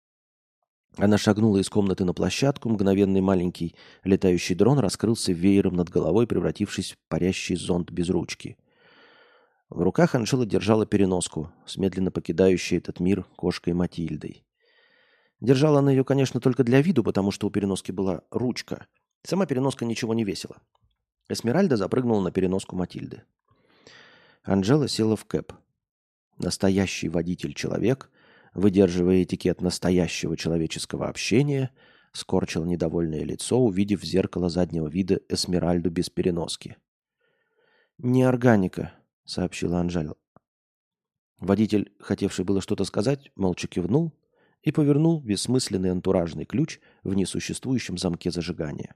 Она шагнула из комнаты на площадку, мгновенный маленький летающий дрон раскрылся веером над головой, превратившись в парящий зонт без ручки. В руках Анжела держала переноску с медленно покидающей этот мир кошкой Матильдой. Держала она ее, конечно, только для виду, потому что у переноски была ручка. Сама переноска ничего не весила. Эсмеральда запрыгнула на переноску Матильды. Анжела села в кэб. Настоящий водитель-человек, выдерживая этикет настоящего человеческого общения, скорчил недовольное лицо, увидев в зеркало заднего вида Эсмеральду без переноски. «Не органика», — сообщила Анжела. Водитель, хотевший было что-то сказать, молча кивнул и повернул бессмысленный антуражный ключ в несуществующем замке зажигания.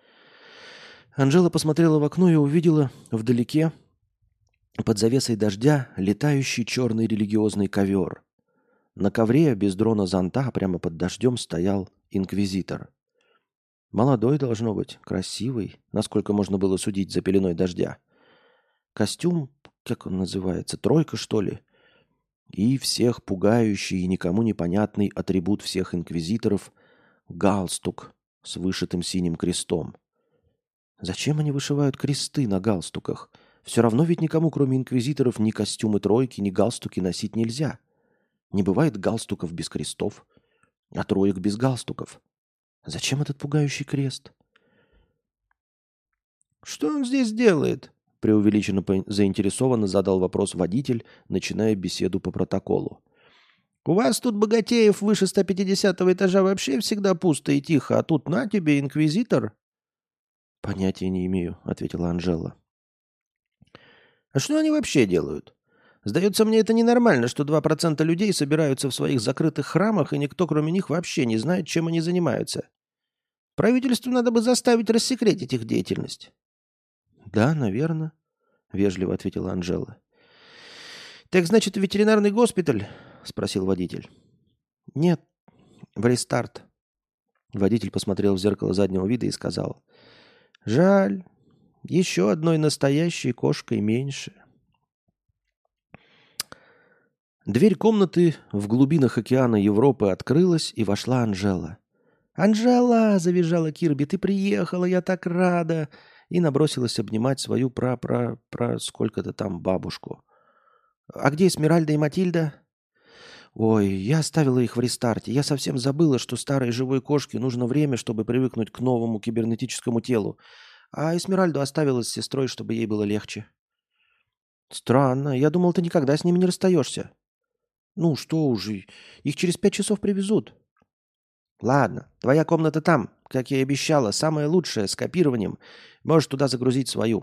Анжела посмотрела в окно и увидела вдалеке, под завесой дождя, летающий черный религиозный ковер. На ковре без дрона зонта прямо под дождем стоял инквизитор. Молодой, должно быть, красивый, насколько можно было судить за пеленой дождя. Костюм, как он называется, тройка, что ли? И всех пугающий и никому непонятный атрибут всех инквизиторов — галстук с вышитым синим крестом. Зачем они вышивают кресты на галстуках? Все равно ведь никому, кроме инквизиторов, ни костюмы тройки, ни галстуки носить нельзя. Не бывает галстуков без крестов, а троек без галстуков. Зачем этот пугающий крест? «Что он здесь делает?» Преувеличенно заинтересованно задал вопрос водитель, начиная беседу по протоколу. «У вас тут, богатеев, выше 150-го этажа вообще всегда пусто и тихо, а тут на тебе, инквизитор». «Понятия не имею», — ответила Анжела. «А что они вообще делают? Сдается мне, это ненормально, что 2% людей собираются в своих закрытых храмах, и никто, кроме них, вообще не знает, чем они занимаются. Правительству надо бы заставить рассекретить их деятельность». «Да, наверное», — вежливо ответила Анжела. «Так значит, в ветеринарный госпиталь?» — спросил водитель. «Нет, в рестарт». Водитель посмотрел в зеркало заднего вида и сказал: «Жаль, еще одной настоящей кошкой меньше». Дверь комнаты в глубинах океана Европы открылась, и вошла Анжела. «Анжела!» — завизжала Кирби. «Ты приехала, я так рада!» И набросилась обнимать свою сколько-то там бабушку. «А где Эсмеральда и Матильда?» Ой, я оставила их в рестарте. Я совсем забыла, что старой живой кошке нужно время, чтобы привыкнуть к новому кибернетическому телу. А Эсмеральду оставила с сестрой, чтобы ей было легче. Странно. Я думал, ты никогда с ними не расстаешься. Ну, что уже. Их через 5 часов привезут. Ладно, твоя комната там, как я и обещала, самая лучшая, с копированием. Можешь туда загрузить свою.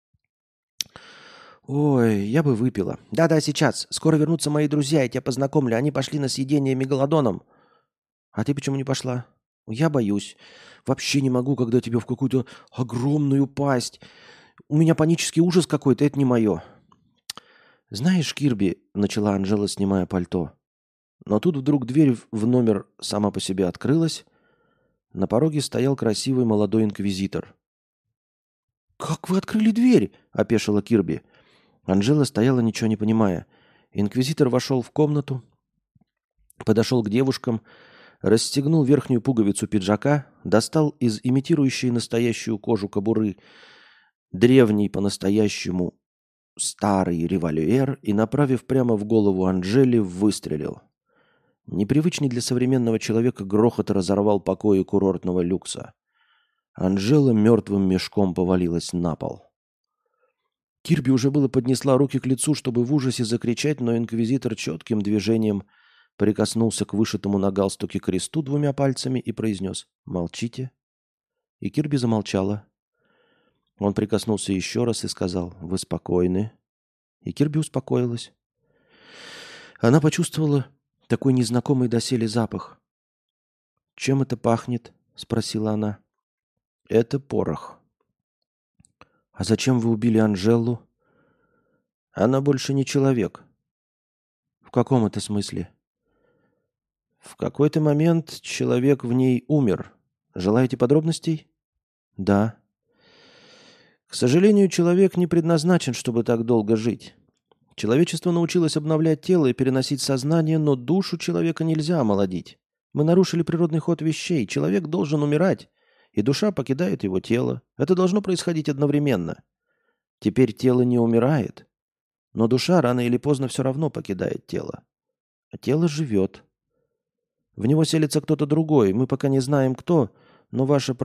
Ой, я бы выпила. Да-да, сейчас. Скоро вернутся мои друзья, я тебя познакомлю. Они пошли на съедение мегалодоном. А ты почему не пошла? Я боюсь. Вообще не могу, когда тебя в какую-то огромную пасть. У меня панический ужас какой-то, это не мое. Знаешь, Кирби, начала Анжела, снимая пальто. Но тут вдруг дверь в номер сама по себе открылась. На пороге стоял красивый молодой инквизитор. «Как вы открыли дверь?» – опешила Кирби. Анжела стояла, ничего не понимая. Инквизитор вошел в комнату, подошел к девушкам, расстегнул верхнюю пуговицу пиджака, достал из имитирующей настоящую кожу кобуры древний по-настоящему старый револьвер и, направив прямо в голову Анжели, выстрелил. Непривычный для современного человека грохот разорвал покои курортного люкса. Анжела мертвым мешком повалилась на пол. Кирби уже было поднесла руки к лицу, чтобы в ужасе закричать, но инквизитор четким движением прикоснулся к вышитому на галстуке кресту двумя пальцами и произнес «Молчите». И Кирби замолчала. Он прикоснулся еще раз и сказал «Вы спокойны». И Кирби успокоилась. Она почувствовала такой незнакомый доселе запах. «Чем это пахнет?» — спросила она. «Это порох». «А зачем вы убили Анжелу?» «Она больше не человек». «В каком это смысле?» «В какой-то момент человек в ней умер. Желаете подробностей?» «Да». «К сожалению, человек не предназначен, чтобы так долго жить. Человечество научилось обновлять тело и переносить сознание, но душу человека нельзя омолодить. Мы нарушили природный ход вещей. Человек должен умирать, и душа покидает его тело. Это должно происходить одновременно. Теперь тело не умирает, но душа рано или поздно все равно покидает тело. А тело живет. В него селится кто-то другой. Мы пока не знаем, кто, но ваша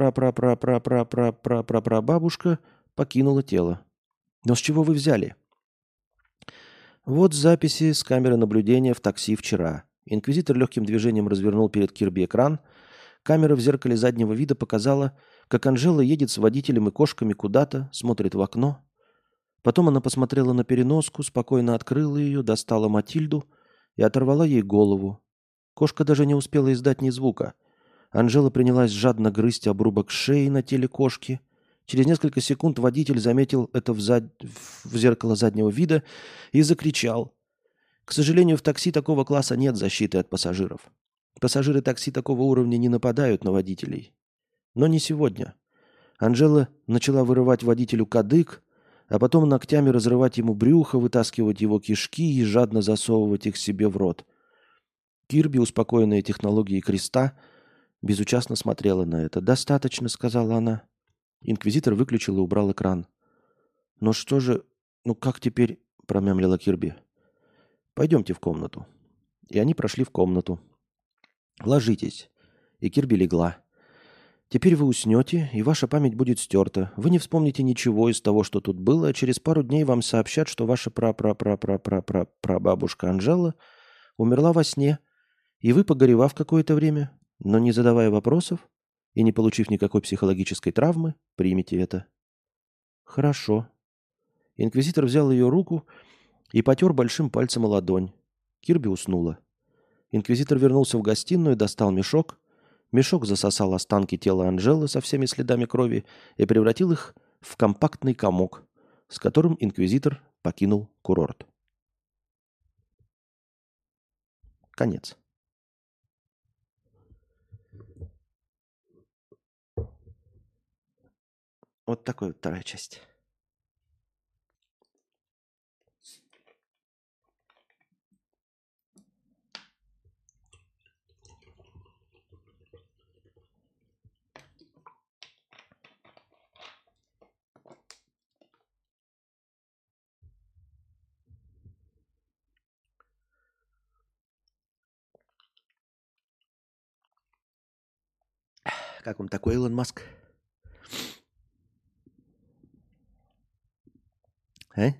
прабабушка покинула тело. Но с чего вы взяли? Вот записи с камеры наблюдения в такси вчера. Инквизитор легким движением развернул перед Кирби экран. Камера в зеркале заднего вида показала, как Анжела едет с водителем и кошками куда-то, смотрит в окно. Потом она посмотрела на переноску, спокойно открыла ее, достала Матильду и оторвала ей голову. Кошка даже не успела издать ни звука. Анжела принялась жадно грызть обрубок шеи на теле кошки. Через несколько секунд водитель заметил это в зеркало заднего вида и закричал. К сожалению, в такси такого класса нет защиты от пассажиров. Пассажиры такси такого уровня не нападают на водителей. Но не сегодня. Анжела начала вырывать водителю кадык, а потом ногтями разрывать ему брюхо, вытаскивать его кишки и жадно засовывать их себе в рот. Кирби, успокоенная технологией креста, безучастно смотрела на это. «Достаточно», — сказала она. Инквизитор выключил и убрал экран. «Ну что же... Ну как теперь?» — промямлила Кирби. «Пойдемте в комнату». И они прошли в комнату. «Ложитесь». И Кирби легла. «Теперь вы уснете, и ваша память будет стерта. Вы не вспомните ничего из того, что тут было, а через пару дней вам сообщат, что ваша прабабушка Анжела умерла во сне, и вы, погоревав какое-то время, но не задавая вопросов и не получив никакой психологической травмы, примите это». «Хорошо». Инквизитор взял ее руку и потер большим пальцем о ладонь. Кирби уснула. Инквизитор вернулся в гостиную, достал мешок. Мешок засосал останки тела Анжелы со всеми следами крови и превратил их в компактный комок, с которым инквизитор покинул курорт. Конец. Вот такая вот вторая часть. Как вам такой Илон Маск? А?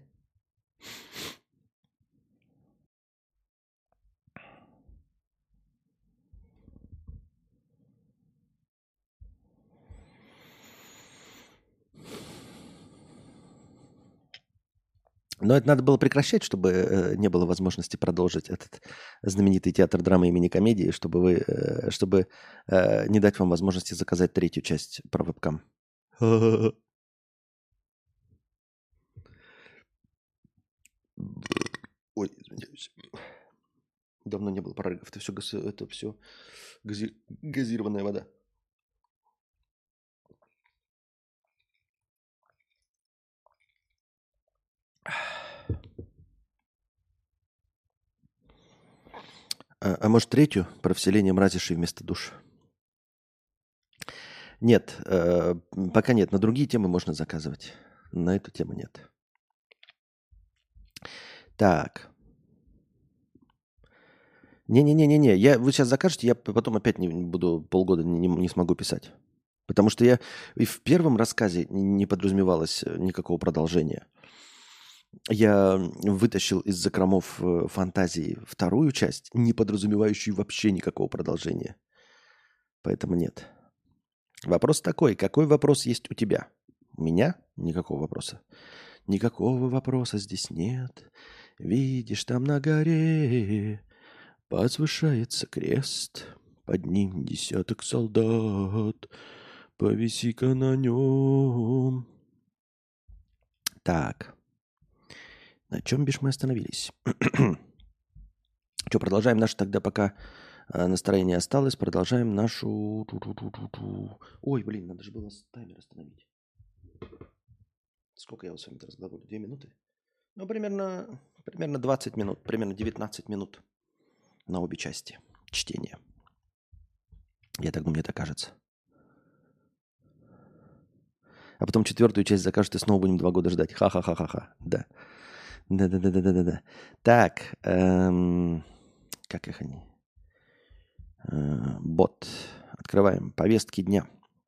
Но это надо было прекращать, чтобы не было возможности продолжить этот знаменитый театр драмы имени комедии, чтобы не дать вам возможности заказать третью часть про вебкам. Ой, извиняюсь. Давно не было прорывов. Это все газированная вода. А может третью про вселение мразишей вместо душ? Нет, пока нет. На другие темы можно заказывать. На эту тему нет. Так. Не-не-не-не-не. Вы сейчас закажете, я потом опять не буду полгода не смогу писать. Потому что я и в первом рассказе не подразумевалось никакого продолжения. Я вытащил из закромов фантазии вторую часть, не подразумевающую вообще никакого продолжения. Поэтому нет. Вопрос такой. Какой вопрос есть у тебя? У меня? Никакого вопроса. Никакого вопроса здесь нет. Видишь, там на горе возвышается крест. Под ним десяток солдат. Повиси-ка на нем. Так. На чем бишь мы остановились? Что, продолжаем нашу тогда, пока настроение осталось, продолжаем нашу... Ой, блин, надо же было таймер остановить. Сколько я с вами разговариваю? 2 минуты? Ну, примерно 20 минут, примерно 19 минут на обе части чтения. Я так думаю, мне так кажется. А потом 4-ю часть закажут, и снова будем 2 года ждать. Ха-ха-ха-ха-ха. Да. Да. Так. Как их они? Бот. Открываем. Повестки дня.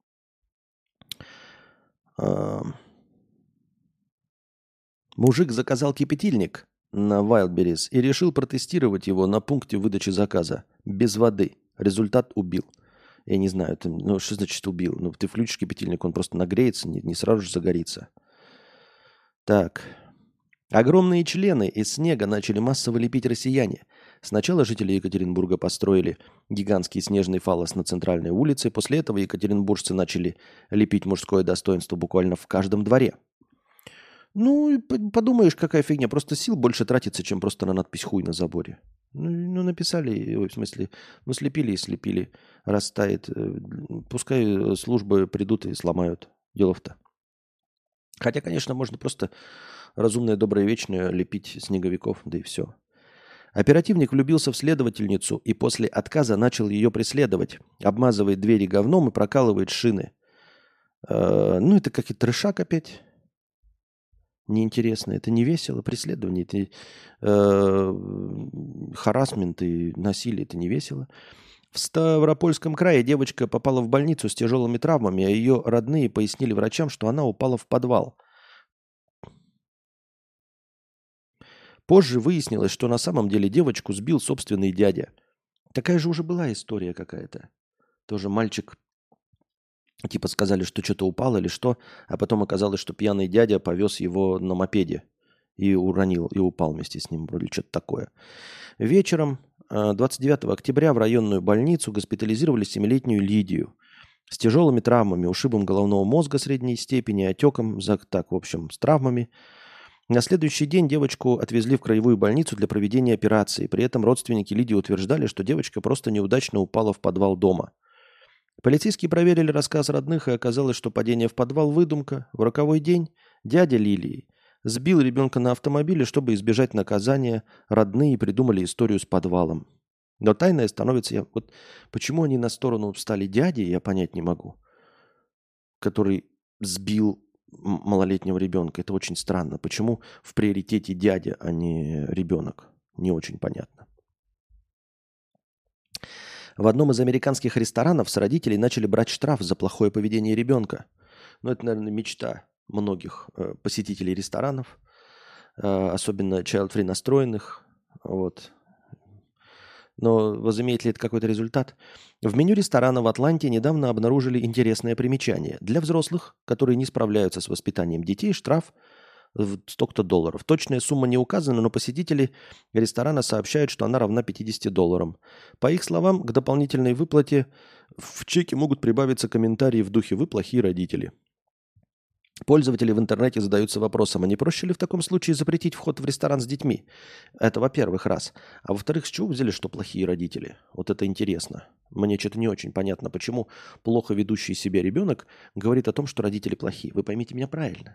Мужик заказал кипятильник на Wildberries и решил протестировать его на пункте выдачи заказа. Без воды. Результат убил. Я не знаю, что значит убил? Ну, ты включишь кипятильник, он просто нагреется, не сразу же загорится. Так. Огромные члены из снега начали массово лепить россияне. Сначала жители Екатеринбурга построили гигантский снежный фаллос на центральной улице. После этого екатеринбуржцы начали лепить мужское достоинство буквально в каждом дворе. Ну, и подумаешь, какая фигня. Просто сил больше тратится, чем просто на надпись «хуй» на заборе. Ну написали, в смысле, слепили и слепили. Растает. Пускай службы придут и сломают. Делов-то. Хотя, конечно, можно просто разумное, доброе, вечное лепить снеговиков, да и все. Оперативник влюбился в следовательницу и после отказа начал ее преследовать. Обмазывает двери говном и прокалывает шины. Ну, это как и трешак опять. Неинтересно. Это не весело. Преследование. Это харассмент и насилие. Это не весело. В Ставропольском крае девочка попала в больницу с тяжелыми травмами, а ее родные пояснили врачам, что она упала в подвал. Позже выяснилось, что на самом деле девочку сбил собственный дядя. Такая же уже была история какая-то. Тоже мальчик, типа сказали, что что-то упало или что, а потом оказалось, что пьяный дядя повез его на мопеде и уронил, и упал вместе с ним, вроде что-то такое. Вечером 29 октября в районную больницу госпитализировали 7-летнюю Лидию с тяжелыми травмами, ушибом головного мозга средней степени, отеком, с травмами. На следующий день девочку отвезли в краевую больницу для проведения операции. При этом родственники Лидии утверждали, что девочка просто неудачно упала в подвал дома. Полицейские проверили рассказ родных, и оказалось, что падение в подвал – выдумка. В роковой день дядя Лилии сбил ребенка на автомобиле, чтобы избежать наказания. Родные придумали историю с подвалом. Но тайное становится... Вот почему они на сторону встали дяди, я понять не могу. Который сбил малолетнего ребенка. Это очень странно. Почему в приоритете дядя, а не ребенок? Не очень понятно. В одном из американских ресторанов с родителей начали брать штраф за плохое поведение ребенка. Ну, это, наверное, мечта многих посетителей ресторанов, особенно child-free настроенных. Вот. Но возымеет ли это какой-то результат? В меню ресторана в Атланте недавно обнаружили интересное примечание. Для взрослых, которые не справляются с воспитанием детей, штраф в столько-то долларов. Точная сумма не указана, но посетители ресторана сообщают, что она равна $50. По их словам, к дополнительной выплате в чеке могут прибавиться комментарии в духе «Вы плохие родители». Пользователи в интернете задаются вопросом, а не проще ли в таком случае запретить вход в ресторан с детьми? Это во-первых, раз. А во-вторых, с чего взяли, что плохие родители? Вот это интересно. Мне что-то не очень понятно, почему плохо ведущий себя ребенок говорит о том, что родители плохие. Вы поймите меня правильно.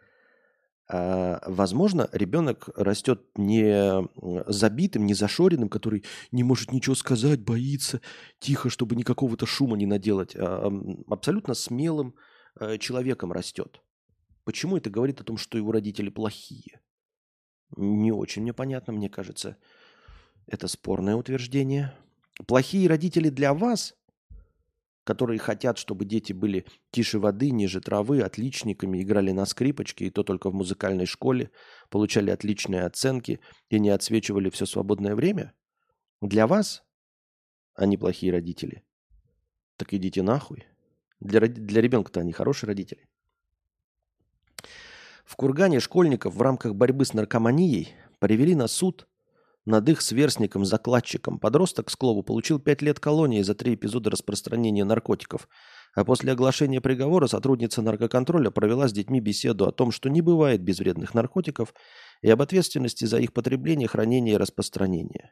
Возможно, ребенок растет не забитым, не зашоренным, который не может ничего сказать, боится, тихо, чтобы никакого-то шума не наделать, а абсолютно смелым человеком растет. Почему это говорит о том, что его родители плохие? Не очень мне понятно, мне кажется, это спорное утверждение. Плохие родители для вас, которые хотят, чтобы дети были тише воды, ниже травы, отличниками, играли на скрипочке, и то только в музыкальной школе, получали отличные оценки и не отсвечивали все свободное время? Для вас они плохие родители? Так идите нахуй. Для ребенка-то они хорошие родители. В Кургане школьников в рамках борьбы с наркоманией привели на суд над их сверстником-закладчиком. Подросток, к слову, получил 5 лет колонии за 3 эпизода распространения наркотиков. А после оглашения приговора сотрудница наркоконтроля провела с детьми беседу о том, что не бывает безвредных наркотиков, и об ответственности за их потребление, хранение и распространение.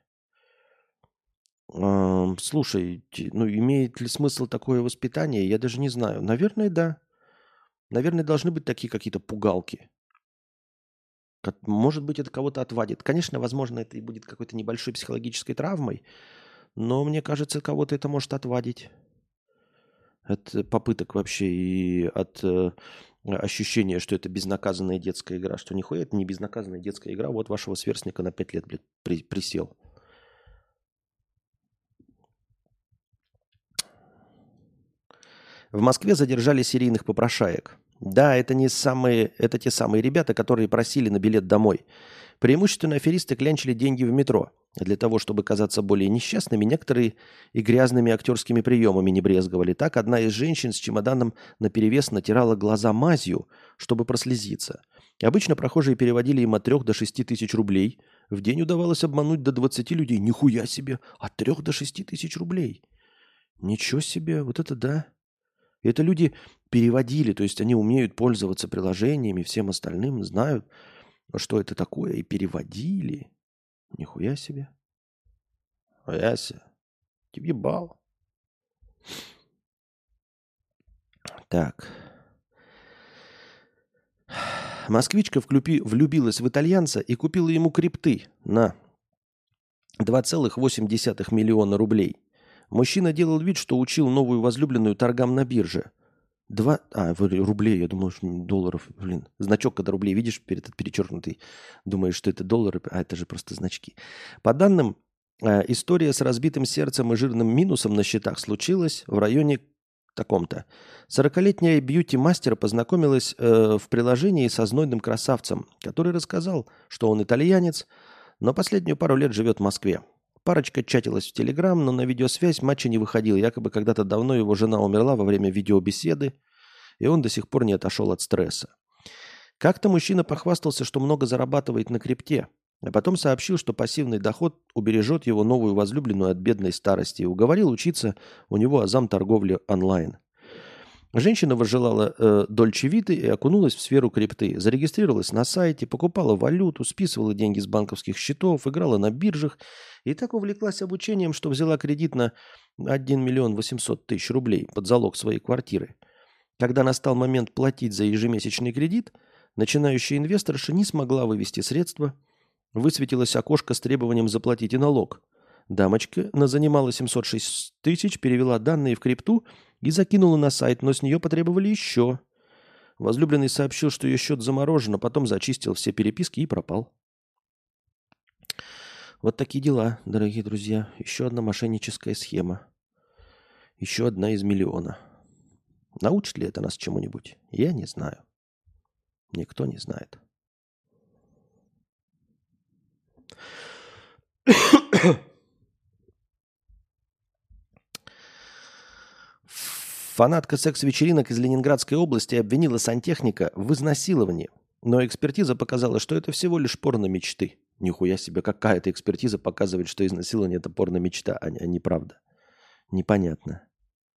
Слушайте, ну имеет ли смысл такое воспитание? Я даже не знаю. Наверное, да. Наверное, должны быть такие какие-то пугалки. Может быть, это кого-то отвадит. Конечно, возможно, это и будет какой-то небольшой психологической травмой, но мне кажется, кого-то это может отвадить от попыток вообще и от ощущения, что это безнаказанная детская игра. Что нихуя это не безнаказанная детская игра. Вот вашего сверстника на 5 лет, блядь, присел. В Москве задержали серийных попрошаек. Да, это те самые ребята, которые просили на билет домой. Преимущественно аферисты клянчили деньги в метро. Для того, чтобы казаться более несчастными, некоторые и грязными актерскими приемами не брезговали. Так одна из женщин с чемоданом наперевес натирала глаза мазью, чтобы прослезиться. Обычно прохожие переводили им от 3 до 6 тысяч рублей. В день удавалось обмануть до 20 людей. Нихуя себе! От 3 до 6 тысяч рублей. Ничего себе! Вот это да! И это люди переводили, то есть они умеют пользоваться приложениями, всем остальным, знают, что это такое, и переводили. Нихуя себе. Нихуя себе. Тебе ебал. Так. Москвичка влюбилась в итальянца и купила ему крипты на 2,8 миллиона рублей. Мужчина делал вид, что учил новую возлюбленную торгам на бирже. Рублей, я думал, что долларов, блин. Значок, когда рублей видишь, перечеркнутый, думаешь, что это доллары, а это же просто значки. По данным, история с разбитым сердцем и жирным минусом на счетах случилась в районе таком-то. 40-летняя бьюти-мастер познакомилась в приложении со знойным красавцем, который рассказал, что он итальянец, но последнюю пару лет живет в Москве. Парочка чатилась в Телеграм, но на видеосвязь матча не выходил. Якобы когда-то давно его жена умерла во время видеобеседы, и он до сих пор не отошел от стресса. Как-то мужчина похвастался, что много зарабатывает на крипте, а потом сообщил, что пассивный доход убережет его новую возлюбленную от бедной старости и уговорил учиться у него азам торговли онлайн. Женщина возжелала Дольче Виты и окунулась в сферу крипты. Зарегистрировалась на сайте, покупала валюту, списывала деньги с банковских счетов, играла на биржах и так увлеклась обучением, что взяла кредит на 1 миллион 800 тысяч рублей под залог своей квартиры. Когда настал момент платить за ежемесячный кредит, начинающая инвесторша не смогла вывести средства, высветилось окошко с требованием заплатить и налог. Дамочка занимала 706 тысяч, перевела данные в крипту и закинула на сайт, но с нее потребовали еще. Возлюбленный сообщил, что ее счет заморожен, а потом зачистил все переписки и пропал. Вот такие дела, дорогие друзья. Еще одна мошенническая схема. Еще одна из миллиона. Научит ли это нас чему-нибудь? Я не знаю. Никто не знает. Фанатка секс-вечеринок из Ленинградской области обвинила сантехника в изнасиловании. Но экспертиза показала, что это всего лишь порно-мечты. Нихуя себе, какая-то экспертиза показывает, что изнасилование – это порно-мечта, а не правда. Непонятно.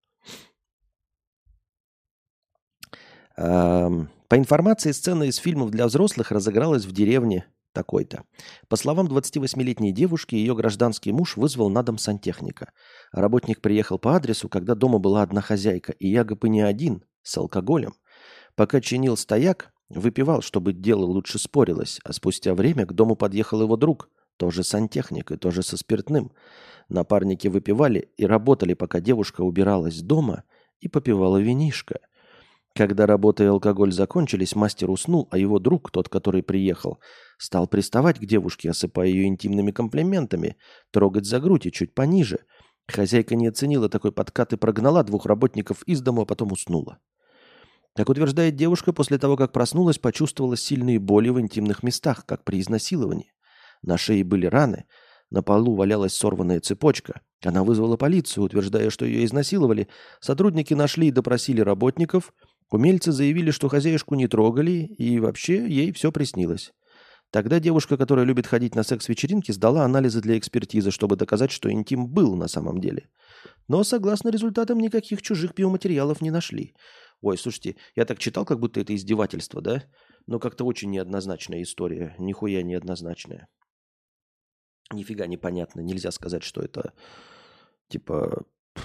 По информации, сцена из фильмов для взрослых разыгралась в деревне такой-то. По словам 28-летней девушки, ее гражданский муж вызвал на дом сантехника. Работник приехал по адресу, когда дома была одна хозяйка, и якобы не один, с алкоголем. Пока чинил стояк, выпивал, чтобы дело лучше спорилось, а спустя время к дому подъехал его друг, тоже сантехник и тоже со спиртным. Напарники выпивали и работали, пока девушка убиралась дома и попивала винишко. Когда работа и алкоголь закончились, мастер уснул, а его друг, тот, который приехал, стал приставать к девушке, осыпая ее интимными комплиментами, трогать за грудь и чуть пониже. Хозяйка не оценила такой подкат и прогнала двух работников из дома, а потом уснула. Как утверждает девушка, после того, как проснулась, почувствовала сильные боли в интимных местах, как при изнасиловании. На шее были раны, на полу валялась сорванная цепочка. Она вызвала полицию, утверждая, что ее изнасиловали. Сотрудники нашли и допросили работников. Умельцы заявили, что хозяюшку не трогали, и вообще ей все приснилось. Тогда девушка, которая любит ходить на секс-вечеринки, сдала анализы для экспертизы, чтобы доказать, что интим был на самом деле. Но, согласно результатам, никаких чужих биоматериалов не нашли. Ой, слушайте, я так читал, как будто это издевательство, да? Но как-то очень неоднозначная история. Нихуя неоднозначная. Нифига непонятно. Нельзя сказать, что это, типа,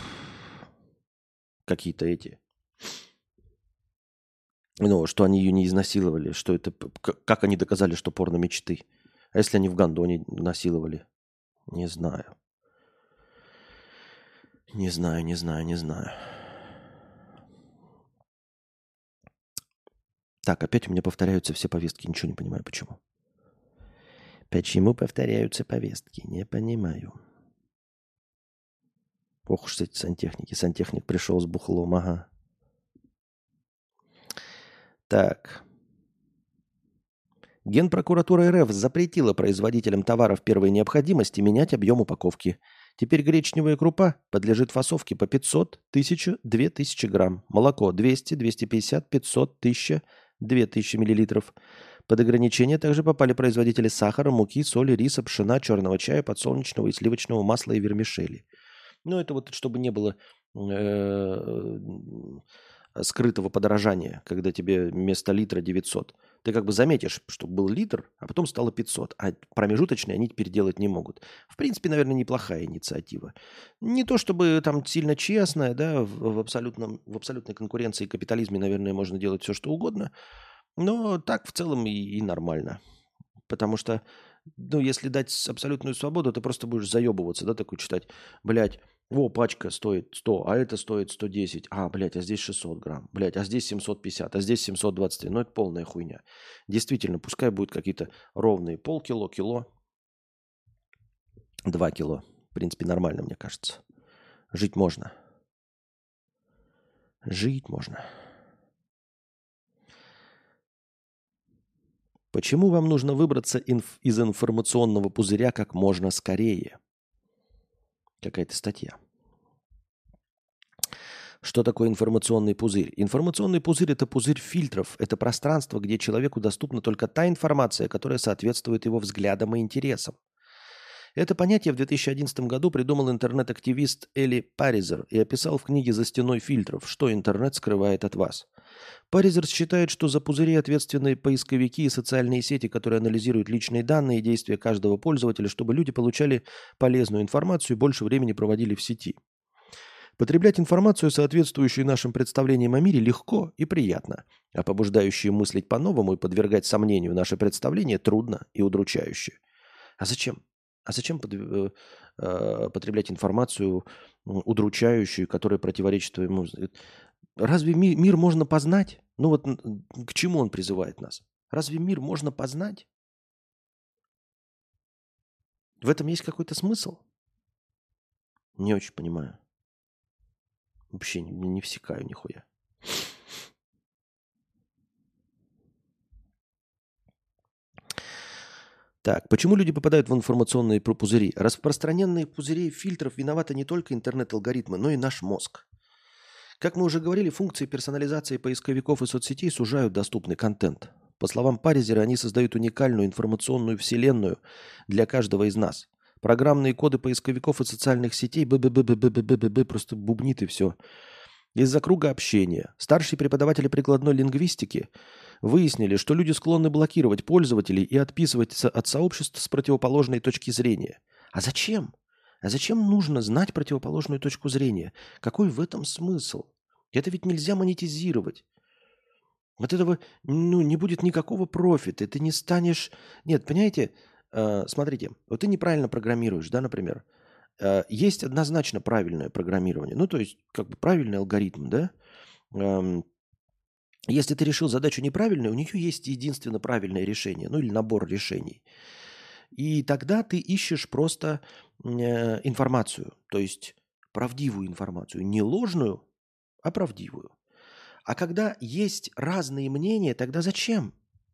какие-то эти... Ну, что они ее не изнасиловали, что это... Как они доказали, что порно мечты? А если они в Гондоне насиловали? Не знаю. Не знаю. Так, опять у меня повторяются все повестки. Ничего не понимаю, почему. Почему повторяются повестки? Не понимаю. Ох уж эти сантехники. Сантехник пришел с бухлом, ага. Так. Генпрокуратура РФ запретила производителям товаров первой необходимости менять объем упаковки. Теперь гречневая крупа подлежит фасовке по 500, 1000, 2000 грамм. Молоко 200, 250, 500, 1000, 2000 миллилитров. Под ограничение также попали производители сахара, муки, соли, риса, пшена, черного чая, подсолнечного и сливочного масла и вермишели. Ну, это вот чтобы не было скрытого подорожания, когда тебе вместо литра 900. Ты как бы заметишь, что был литр, а потом стало 500, а промежуточные они теперь делать не могут. В принципе, наверное, неплохая инициатива. Не то чтобы там сильно честная, да, в абсолютной конкуренции и капитализме, наверное, можно делать все, что угодно, но так в целом и нормально. Потому что, ну, если дать абсолютную свободу, ты просто будешь заебываться, да, такой читать, блядь, во, пачка стоит 100, а это стоит 110. А, блядь, а здесь 600 грамм. Блядь, а здесь 750, а здесь 723. Ну, это полная хуйня. Действительно, пускай будут какие-то ровные полкило, кило, 2 кило. В принципе, нормально, мне кажется. Жить можно. Жить можно. Почему вам нужно выбраться из информационного пузыря как можно скорее? Какая-то статья. Что такое информационный пузырь? Информационный пузырь – это пузырь фильтров. Это пространство, где человеку доступна только та информация, которая соответствует его взглядам и интересам. Это понятие в 2011 году придумал интернет-активист Эли Паризер и описал в книге «За стеной фильтров. Что интернет скрывает от вас». Паризер считает, что за пузыри ответственны поисковики и социальные сети, которые анализируют личные данные и действия каждого пользователя, чтобы люди получали полезную информацию и больше времени проводили в сети. Потреблять информацию, соответствующую нашим представлениям о мире, легко и приятно, а побуждающую мыслить по-новому и подвергать сомнению наши представления трудно и удручающе. А зачем? А зачем потреблять информацию удручающую, которая противоречит твоему... Разве мир можно познать? Ну вот к чему он призывает нас? Разве мир можно познать? В этом есть какой-то смысл? Не очень понимаю. Вообще не всекаю нихуя. Так, почему люди попадают в информационные пузыри? Распространенные пузыри фильтров виноваты не только интернет-алгоритмы, но и наш мозг. Как мы уже говорили, функции персонализации поисковиков и соцсетей сужают доступный контент. По словам Паризера, они создают уникальную информационную вселенную для каждого из нас. Программные коды поисковиков и социальных сетей просто бубнит и все. Из-за круга общения старшие преподаватели прикладной лингвистики выяснили, что люди склонны блокировать пользователей и отписывать от сообществ с противоположной точки зрения. А зачем? А зачем нужно знать противоположную точку зрения? Какой в этом смысл? Это ведь нельзя монетизировать. От этого не будет никакого профита. Ты не станешь... Нет, понимаете, смотрите, вот ты неправильно программируешь, да, например. Есть однозначно правильное программирование. Ну, то есть, как бы правильный алгоритм, да? Если ты решил задачу неправильную, у нее есть единственно правильное решение, ну или набор решений. И тогда ты ищешь просто информацию, то есть правдивую информацию. Не ложную, а правдивую. А когда есть разные мнения, тогда зачем?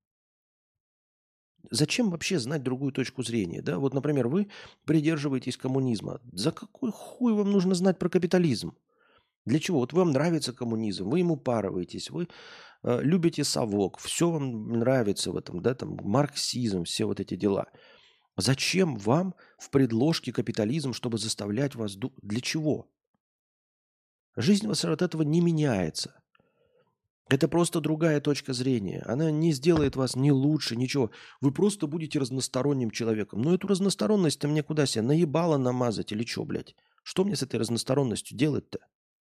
Зачем вообще знать другую точку зрения? Да? Вот, например, вы придерживаетесь коммунизма. За какой хуй вам нужно знать про капитализм? Для чего? Вот вам нравится коммунизм, вы ему упарываетесь, вы любите совок, все вам нравится в этом, да, там, марксизм, все вот эти дела. Зачем вам в предложке капитализм, чтобы заставлять вас... Для чего? Жизнь у вас от этого не меняется. Это просто другая точка зрения. Она не сделает вас ни лучше, ничего. Вы просто будете разносторонним человеком. Но эту разносторонность-то мне куда себе? Наебало намазать или что, блядь? Что мне с этой разносторонностью делать-то?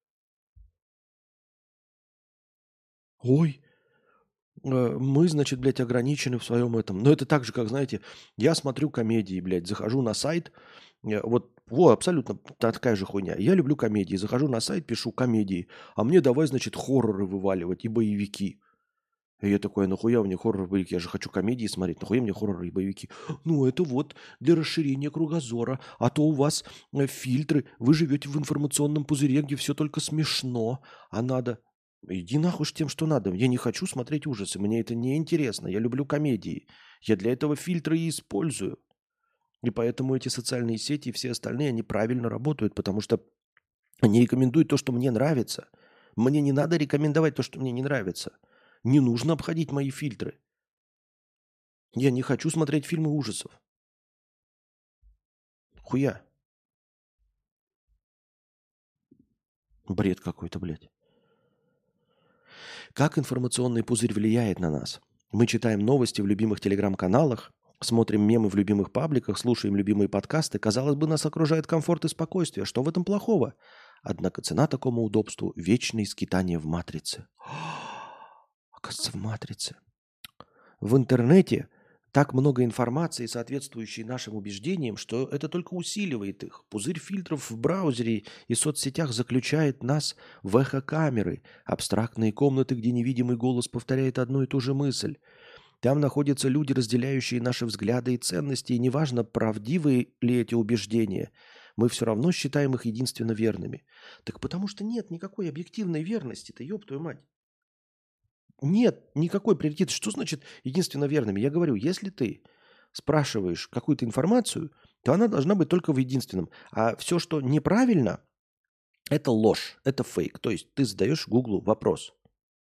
Ой, мы, значит, блядь, ограничены в своем этом. Но это так же, как, знаете, я смотрю комедии, блядь, захожу на сайт, абсолютно такая же хуйня. Я люблю комедии, захожу на сайт, пишу комедии, а мне давай, значит, хорроры вываливать и боевики. И я такой, нахуя мне хоррор и боевики? Я же хочу комедии смотреть, нахуя мне хорроры и боевики? Ну, это вот для расширения кругозора, а то у вас фильтры, вы живете в информационном пузыре, где все только смешно, а надо... Иди нахуй с тем, что надо. Я не хочу смотреть ужасы, мне это не интересно. Я люблю комедии. Я для этого фильтры и использую. И поэтому эти социальные сети и все остальные, они правильно работают, потому что они рекомендуют то, что мне нравится. Мне не надо рекомендовать то, что мне не нравится. Не нужно обходить мои фильтры. Я не хочу смотреть фильмы ужасов. Хуя. Бред какой-то, блядь. Как информационный пузырь влияет на нас? Мы читаем новости в любимых телеграм-каналах, смотрим мемы в любимых пабликах, слушаем любимые подкасты. Казалось бы, нас окружает комфорт и спокойствие. Что в этом плохого? Однако цена такому удобству – вечное скитание в матрице. Оказывается, в матрице. В интернете так много информации, соответствующей нашим убеждениям, что это только усиливает их. Пузырь фильтров в браузере и соцсетях заключает нас в эхо-камеры, абстрактные комнаты, где невидимый голос повторяет одну и ту же мысль. Там находятся люди, разделяющие наши взгляды и ценности, и неважно, правдивы ли эти убеждения, мы все равно считаем их единственно верными. Так потому что нет никакой объективной верности-то, ёб твою мать. Нет никакой приоритета. Что значит единственно верными? Я говорю, если ты спрашиваешь какую-то информацию, то она должна быть только в единственном. А все, что неправильно, это ложь, это фейк. То есть ты задаешь Гуглу вопрос.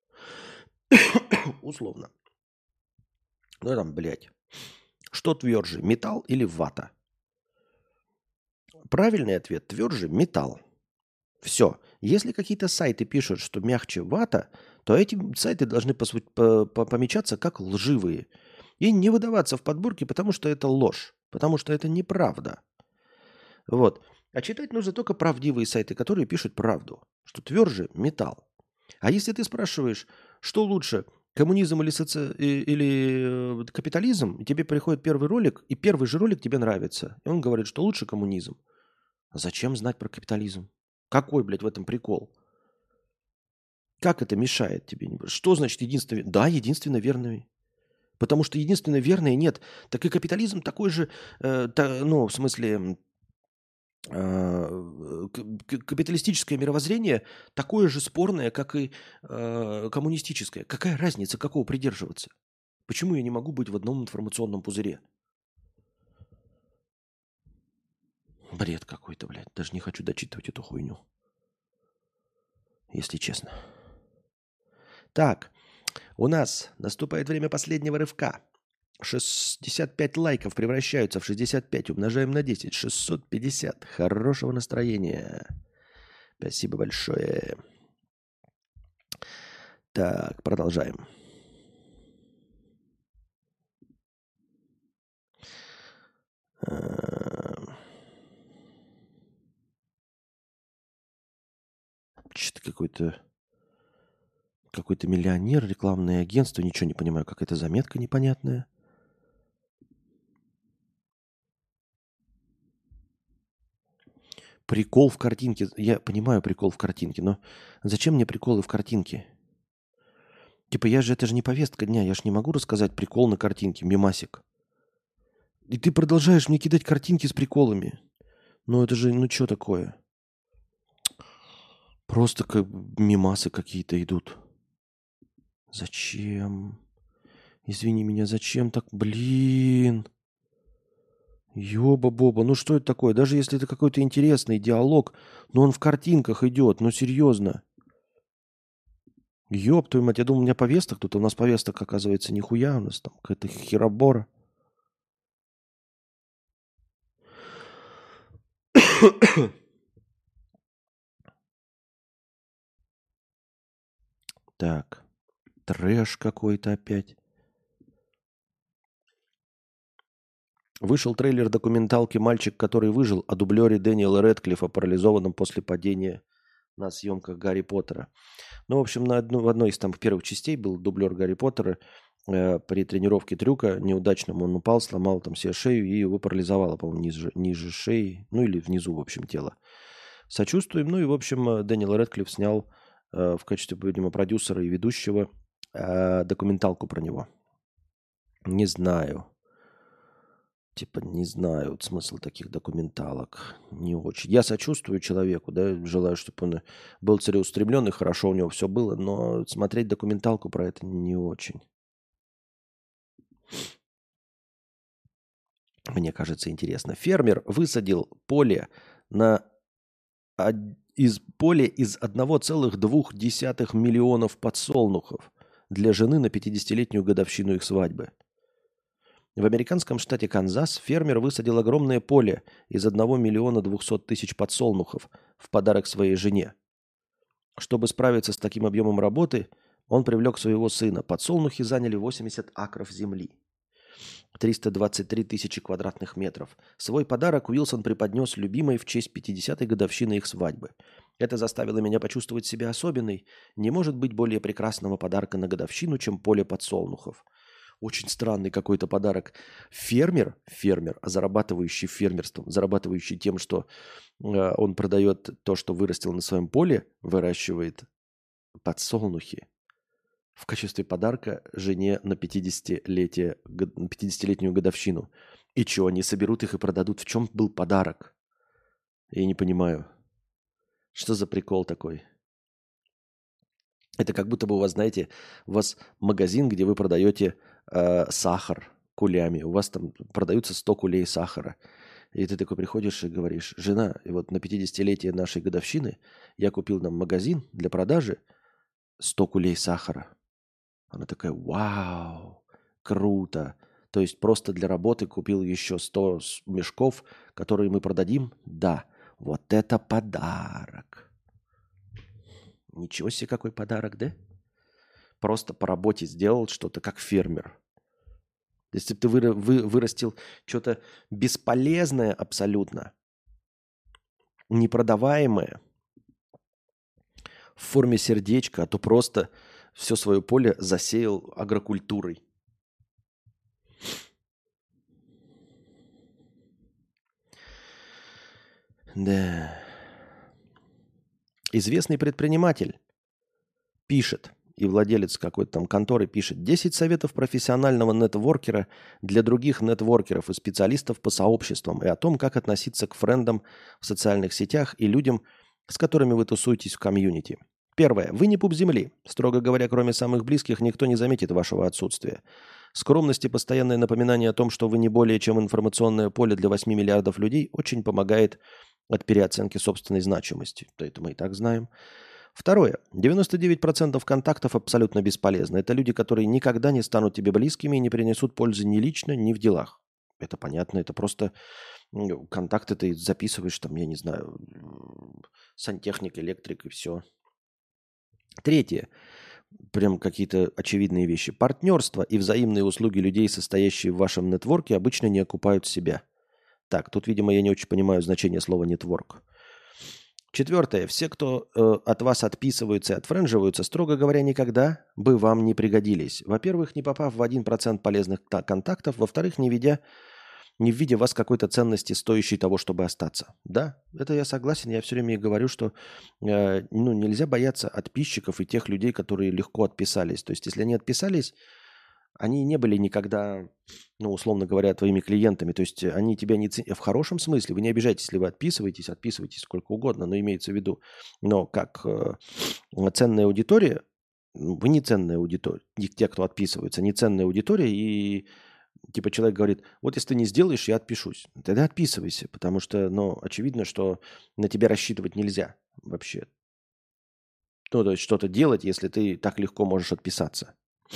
Условно. Ну там, блядь. Что тверже, металл или вата? Правильный ответ тверже металл. Все. Если какие-то сайты пишут, что мягче вата, то эти сайты должны помечаться как лживые. И не выдаваться в подборке, потому что это ложь. Потому что это неправда. Вот. А читать нужно только правдивые сайты, которые пишут правду. Что тверже металл. А если ты спрашиваешь, что лучше, коммунизм или капитализм, и тебе приходит первый ролик, и первый же ролик тебе нравится. И он говорит, что лучше коммунизм. А зачем знать про капитализм? Какой, блядь, в этом прикол? Как это мешает тебе? Что значит единственно... Да, единственно верный. Потому что единственное верное нет. Так и капитализм такой же, ну, в смысле, капиталистическое мировоззрение такое же спорное, как и коммунистическое. Какая разница, какого придерживаться? Почему я не могу быть в одном информационном пузыре? Бред какой-то, блядь. Даже не хочу дочитывать эту хуйню, если честно. Так, у нас наступает время последнего рывка. 65 лайков превращаются в 65. Умножаем на 10. 650. Хорошего настроения. Спасибо большое. Так, продолжаем. Что-то какой-то миллионер, рекламное агентство. Ничего не понимаю. Какая-то заметка непонятная. Прикол в картинке. Я понимаю прикол в картинке, но зачем мне приколы в картинке? Типа, это же не повестка дня. Я же не могу рассказать прикол на картинке, мемасик. И ты продолжаешь мне кидать картинки с приколами. Ну это же, ну что такое? Просто как мемасы какие-то идут. Зачем? Извини меня, зачем так? Блин. Ёба-боба, ну что это такое? Даже если это какой-то интересный диалог, но он в картинках идет, ну серьезно. Ёб твою мать, я думал, у меня повесток тут, а у нас повесток, оказывается, нихуя, у нас там какая-то херобора. Так, трэш какой-то опять. Вышел трейлер документалки «Мальчик, который выжил» о дублере Дэниела Рэдклиффа, парализованном после падения на съемках Гарри Поттера. Ну, в общем, в одной из там первых частей был дублер Гарри Поттера. При тренировке трюка неудачном он упал, сломал там себе шею и его парализовало, по-моему, ниже шеи, ну или внизу, в общем, тела. Сочувствуем. Ну и, в общем, Дэниел Рэдклифф снял в качестве, видимо, продюсера и ведущего документалку про него. Не знаю. Типа, не знаю, вот смысл таких документалок. Не очень. Я сочувствую человеку, да, желаю, чтобы он был целеустремленный, хорошо у него все было, но смотреть документалку про это не очень. Мне кажется, интересно. Фермер высадил поле из поля из 1,2 миллионов подсолнухов для жены на 50-летнюю годовщину их свадьбы. В американском штате Канзас фермер высадил огромное поле из 1 200 000 подсолнухов в подарок своей жене. Чтобы справиться с таким объемом работы, он привлек своего сына. Подсолнухи заняли 80 акров земли. 323 тысячи квадратных метров. Свой подарок Уилсон преподнес любимой в честь 50-й годовщины их свадьбы. Это заставило меня почувствовать себя особенной. Не может быть более прекрасного подарка на годовщину, чем поле подсолнухов. Очень странный какой-то подарок. Фермер, зарабатывающий фермерством, зарабатывающий тем, что он продает то, что вырастил на своем поле, выращивает подсолнухи в качестве подарка жене на 50-летнюю годовщину. И что, они соберут их и продадут? В чем был подарок? Я не понимаю. Что за прикол такой? Это как будто бы у вас, знаете, у вас магазин, где вы продаете сахар кулями. У вас там продаются 100 кулей сахара. И ты такой приходишь и говоришь: жена, и вот на 50-летие нашей годовщины я купил нам магазин для продажи 100 кулей сахара. Она такая: вау, круто. То есть просто для работы купил еще 100 мешков, которые мы продадим? Да. Вот это подарок. Ничего себе, какой подарок, да? Просто по работе сделал что-то как фермер. Если бы ты вырастил что-то бесполезное абсолютно, непродаваемое, в форме сердечка, а то просто все свое поле засеял агрокультурой. Да. Известный предприниматель пишет: и владелец какой-то там конторы пишет: 10 советов профессионального нетворкера для других нетворкеров и специалистов по сообществам и о том, как относиться к френдам в социальных сетях и людям, с которыми вы тусуетесь в комьюнити. Первое. Вы не пуп земли. Строго говоря, кроме самых близких, никто не заметит вашего отсутствия. Скромность и постоянное напоминание о том, что вы не более чем информационное поле для 8 миллиардов людей, очень помогает от переоценки собственной значимости. Это мы и так знаем. Второе. 99% контактов абсолютно бесполезны. Это люди, которые никогда не станут тебе близкими и не принесут пользы ни лично, ни в делах. Это понятно, это просто контакты ты записываешь, там, я не знаю, сантехник, электрик и все. Третье. Прям какие-то очевидные вещи. Партнерство и взаимные услуги людей, состоящие в вашем нетворке, обычно не окупают себя. Так, тут, видимо, я не очень понимаю значение слова «нетворк». Четвертое. Все, кто от вас отписываются и отфренживаются, строго говоря, никогда бы вам не пригодились. Во-первых, не попав в 1% полезных контактов. Во-вторых, не в виде вас какой-то ценности, стоящей того, чтобы остаться. Да, это я согласен. Я все время и говорю, что нельзя бояться подписчиков и тех людей, которые легко отписались. То есть, если они отписались, они не были никогда, условно говоря, твоими клиентами. То есть они тебя не ценят. В хорошем смысле. Вы не обижайтесь, если вы отписываетесь сколько угодно, но имеется в виду. Но как ценная аудитория, вы не ценная аудитория. Те, кто отписывается, не ценная аудитория. И типа человек говорит: вот если ты не сделаешь, я отпишусь. Тогда отписывайся, потому что, очевидно, что на тебя рассчитывать нельзя вообще. То есть что-то делать, если ты так легко можешь отписаться.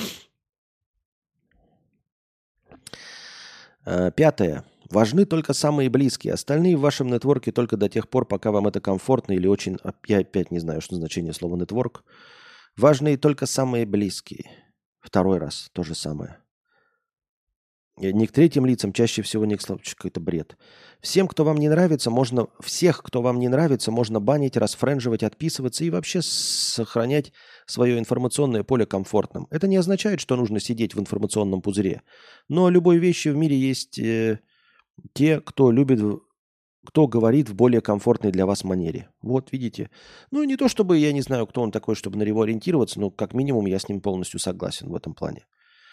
Пятое. Важны только самые близкие. Остальные в вашем нетворке только до тех пор, пока вам это комфортно или очень... Я опять не знаю, что значение слова нетворк. Важны только самые близкие. Второй раз то же самое. Не к третьим лицам, чаще всего не к слову. Какой-то бред. Всех, кто вам не нравится, можно банить, расфренживать, отписываться и вообще сохранять свое информационное поле комфортным. Это не означает, что нужно сидеть в информационном пузыре. Но любой вещи в мире есть те, кто говорит в более комфортной для вас манере. Вот, видите. Не то чтобы я не знаю, кто он такой, чтобы на него ориентироваться, но как минимум я с ним полностью согласен в этом плане.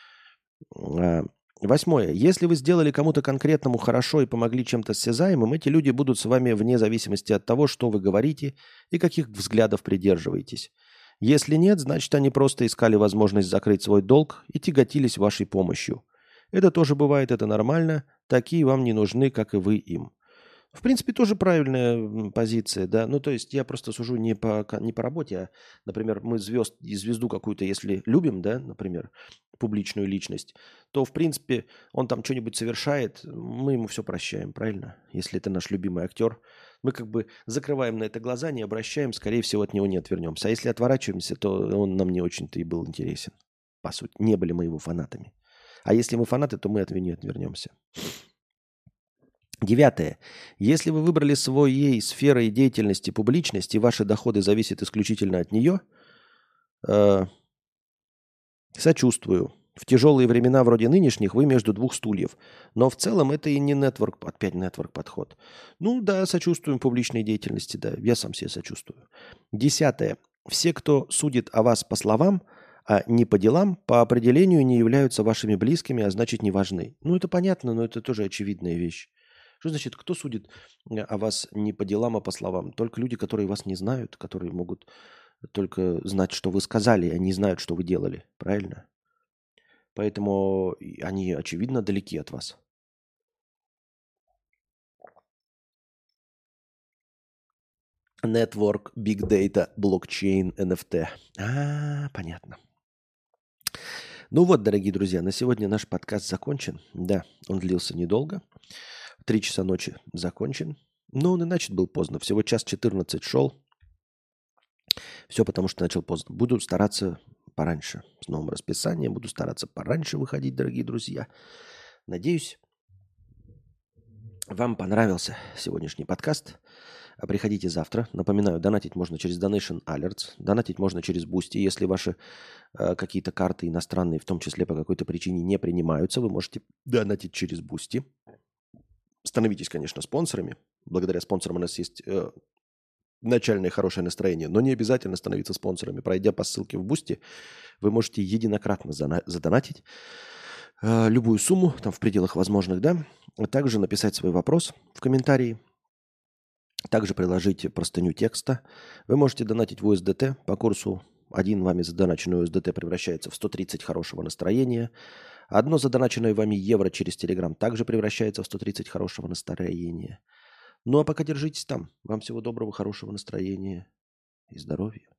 8. Если вы сделали кому-то конкретному хорошо и помогли чем-то осязаемым, эти люди будут с вами вне зависимости от того, что вы говорите и каких взглядов придерживаетесь. Если нет, значит, они просто искали возможность закрыть свой долг и тяготились вашей помощью. Это тоже бывает, это нормально. Такие вам не нужны, как и вы им. В принципе, тоже правильная позиция, да. То есть я просто сужу не по работе, а, например, мы звезду какую-то, если любим, да, например, публичную личность, то, в принципе, он там что-нибудь совершает, мы ему все прощаем, правильно? Если это наш любимый актер, мы как бы закрываем на это глаза, не обращаем, скорее всего, от него не отвернемся. А если отворачиваемся, то он нам не очень-то и был интересен, по сути. Не были мы его фанатами. А если мы фанаты, то мы от него не отвернемся. 9. Если вы выбрали своей сферой деятельности публичность, и ваши доходы зависят исключительно от нее, сочувствую. В тяжелые времена вроде нынешних вы между двух стульев. Но в целом это и не нетворк, опять нетворк подход. Да, сочувствуем публичной деятельности, да, я сам себе сочувствую. 10. Все, кто судит о вас по словам, а не по делам, по определению не являются вашими близкими, а значит не важны. Это понятно, но это тоже очевидная вещь. Что значит, кто судит о вас не по делам, а по словам? Только люди, которые вас не знают, которые могут только знать, что вы сказали, а не знают, что вы делали. Правильно? Поэтому они, очевидно, далеки от вас. Network, Big Data, блокчейн, NFT. Понятно. Дорогие друзья, на сегодня наш подкаст закончен. Да, он длился недолго. 3 часа ночи закончен. Но он и начат был поздно. Всего 1:14 шел. Все потому, что начал поздно. Буду стараться пораньше. С новым расписанием. Буду стараться пораньше выходить, дорогие друзья. Надеюсь, вам понравился сегодняшний подкаст. Приходите завтра. Напоминаю, донатить можно через Donation Alerts. Донатить можно через Boosty. Если ваши какие-то карты иностранные, в том числе по какой-то причине, не принимаются, вы можете донатить через Boosty. Становитесь, конечно, спонсорами. Благодаря спонсорам у нас есть начальное хорошее настроение, но не обязательно становиться спонсорами. Пройдя по ссылке в Бусти, вы можете единократно задонатить любую сумму, там в пределах возможных, да, а также написать свой вопрос в комментарии, также приложить простыню текста. Вы можете донатить в USDT по курсу. Один вами задоначенный USDT превращается в 130 хорошего настроения. Одно задоначенное вами евро через Telegram также превращается в 130 хорошего настроения. Ну а пока держитесь там. Вам всего доброго, хорошего настроения и здоровья.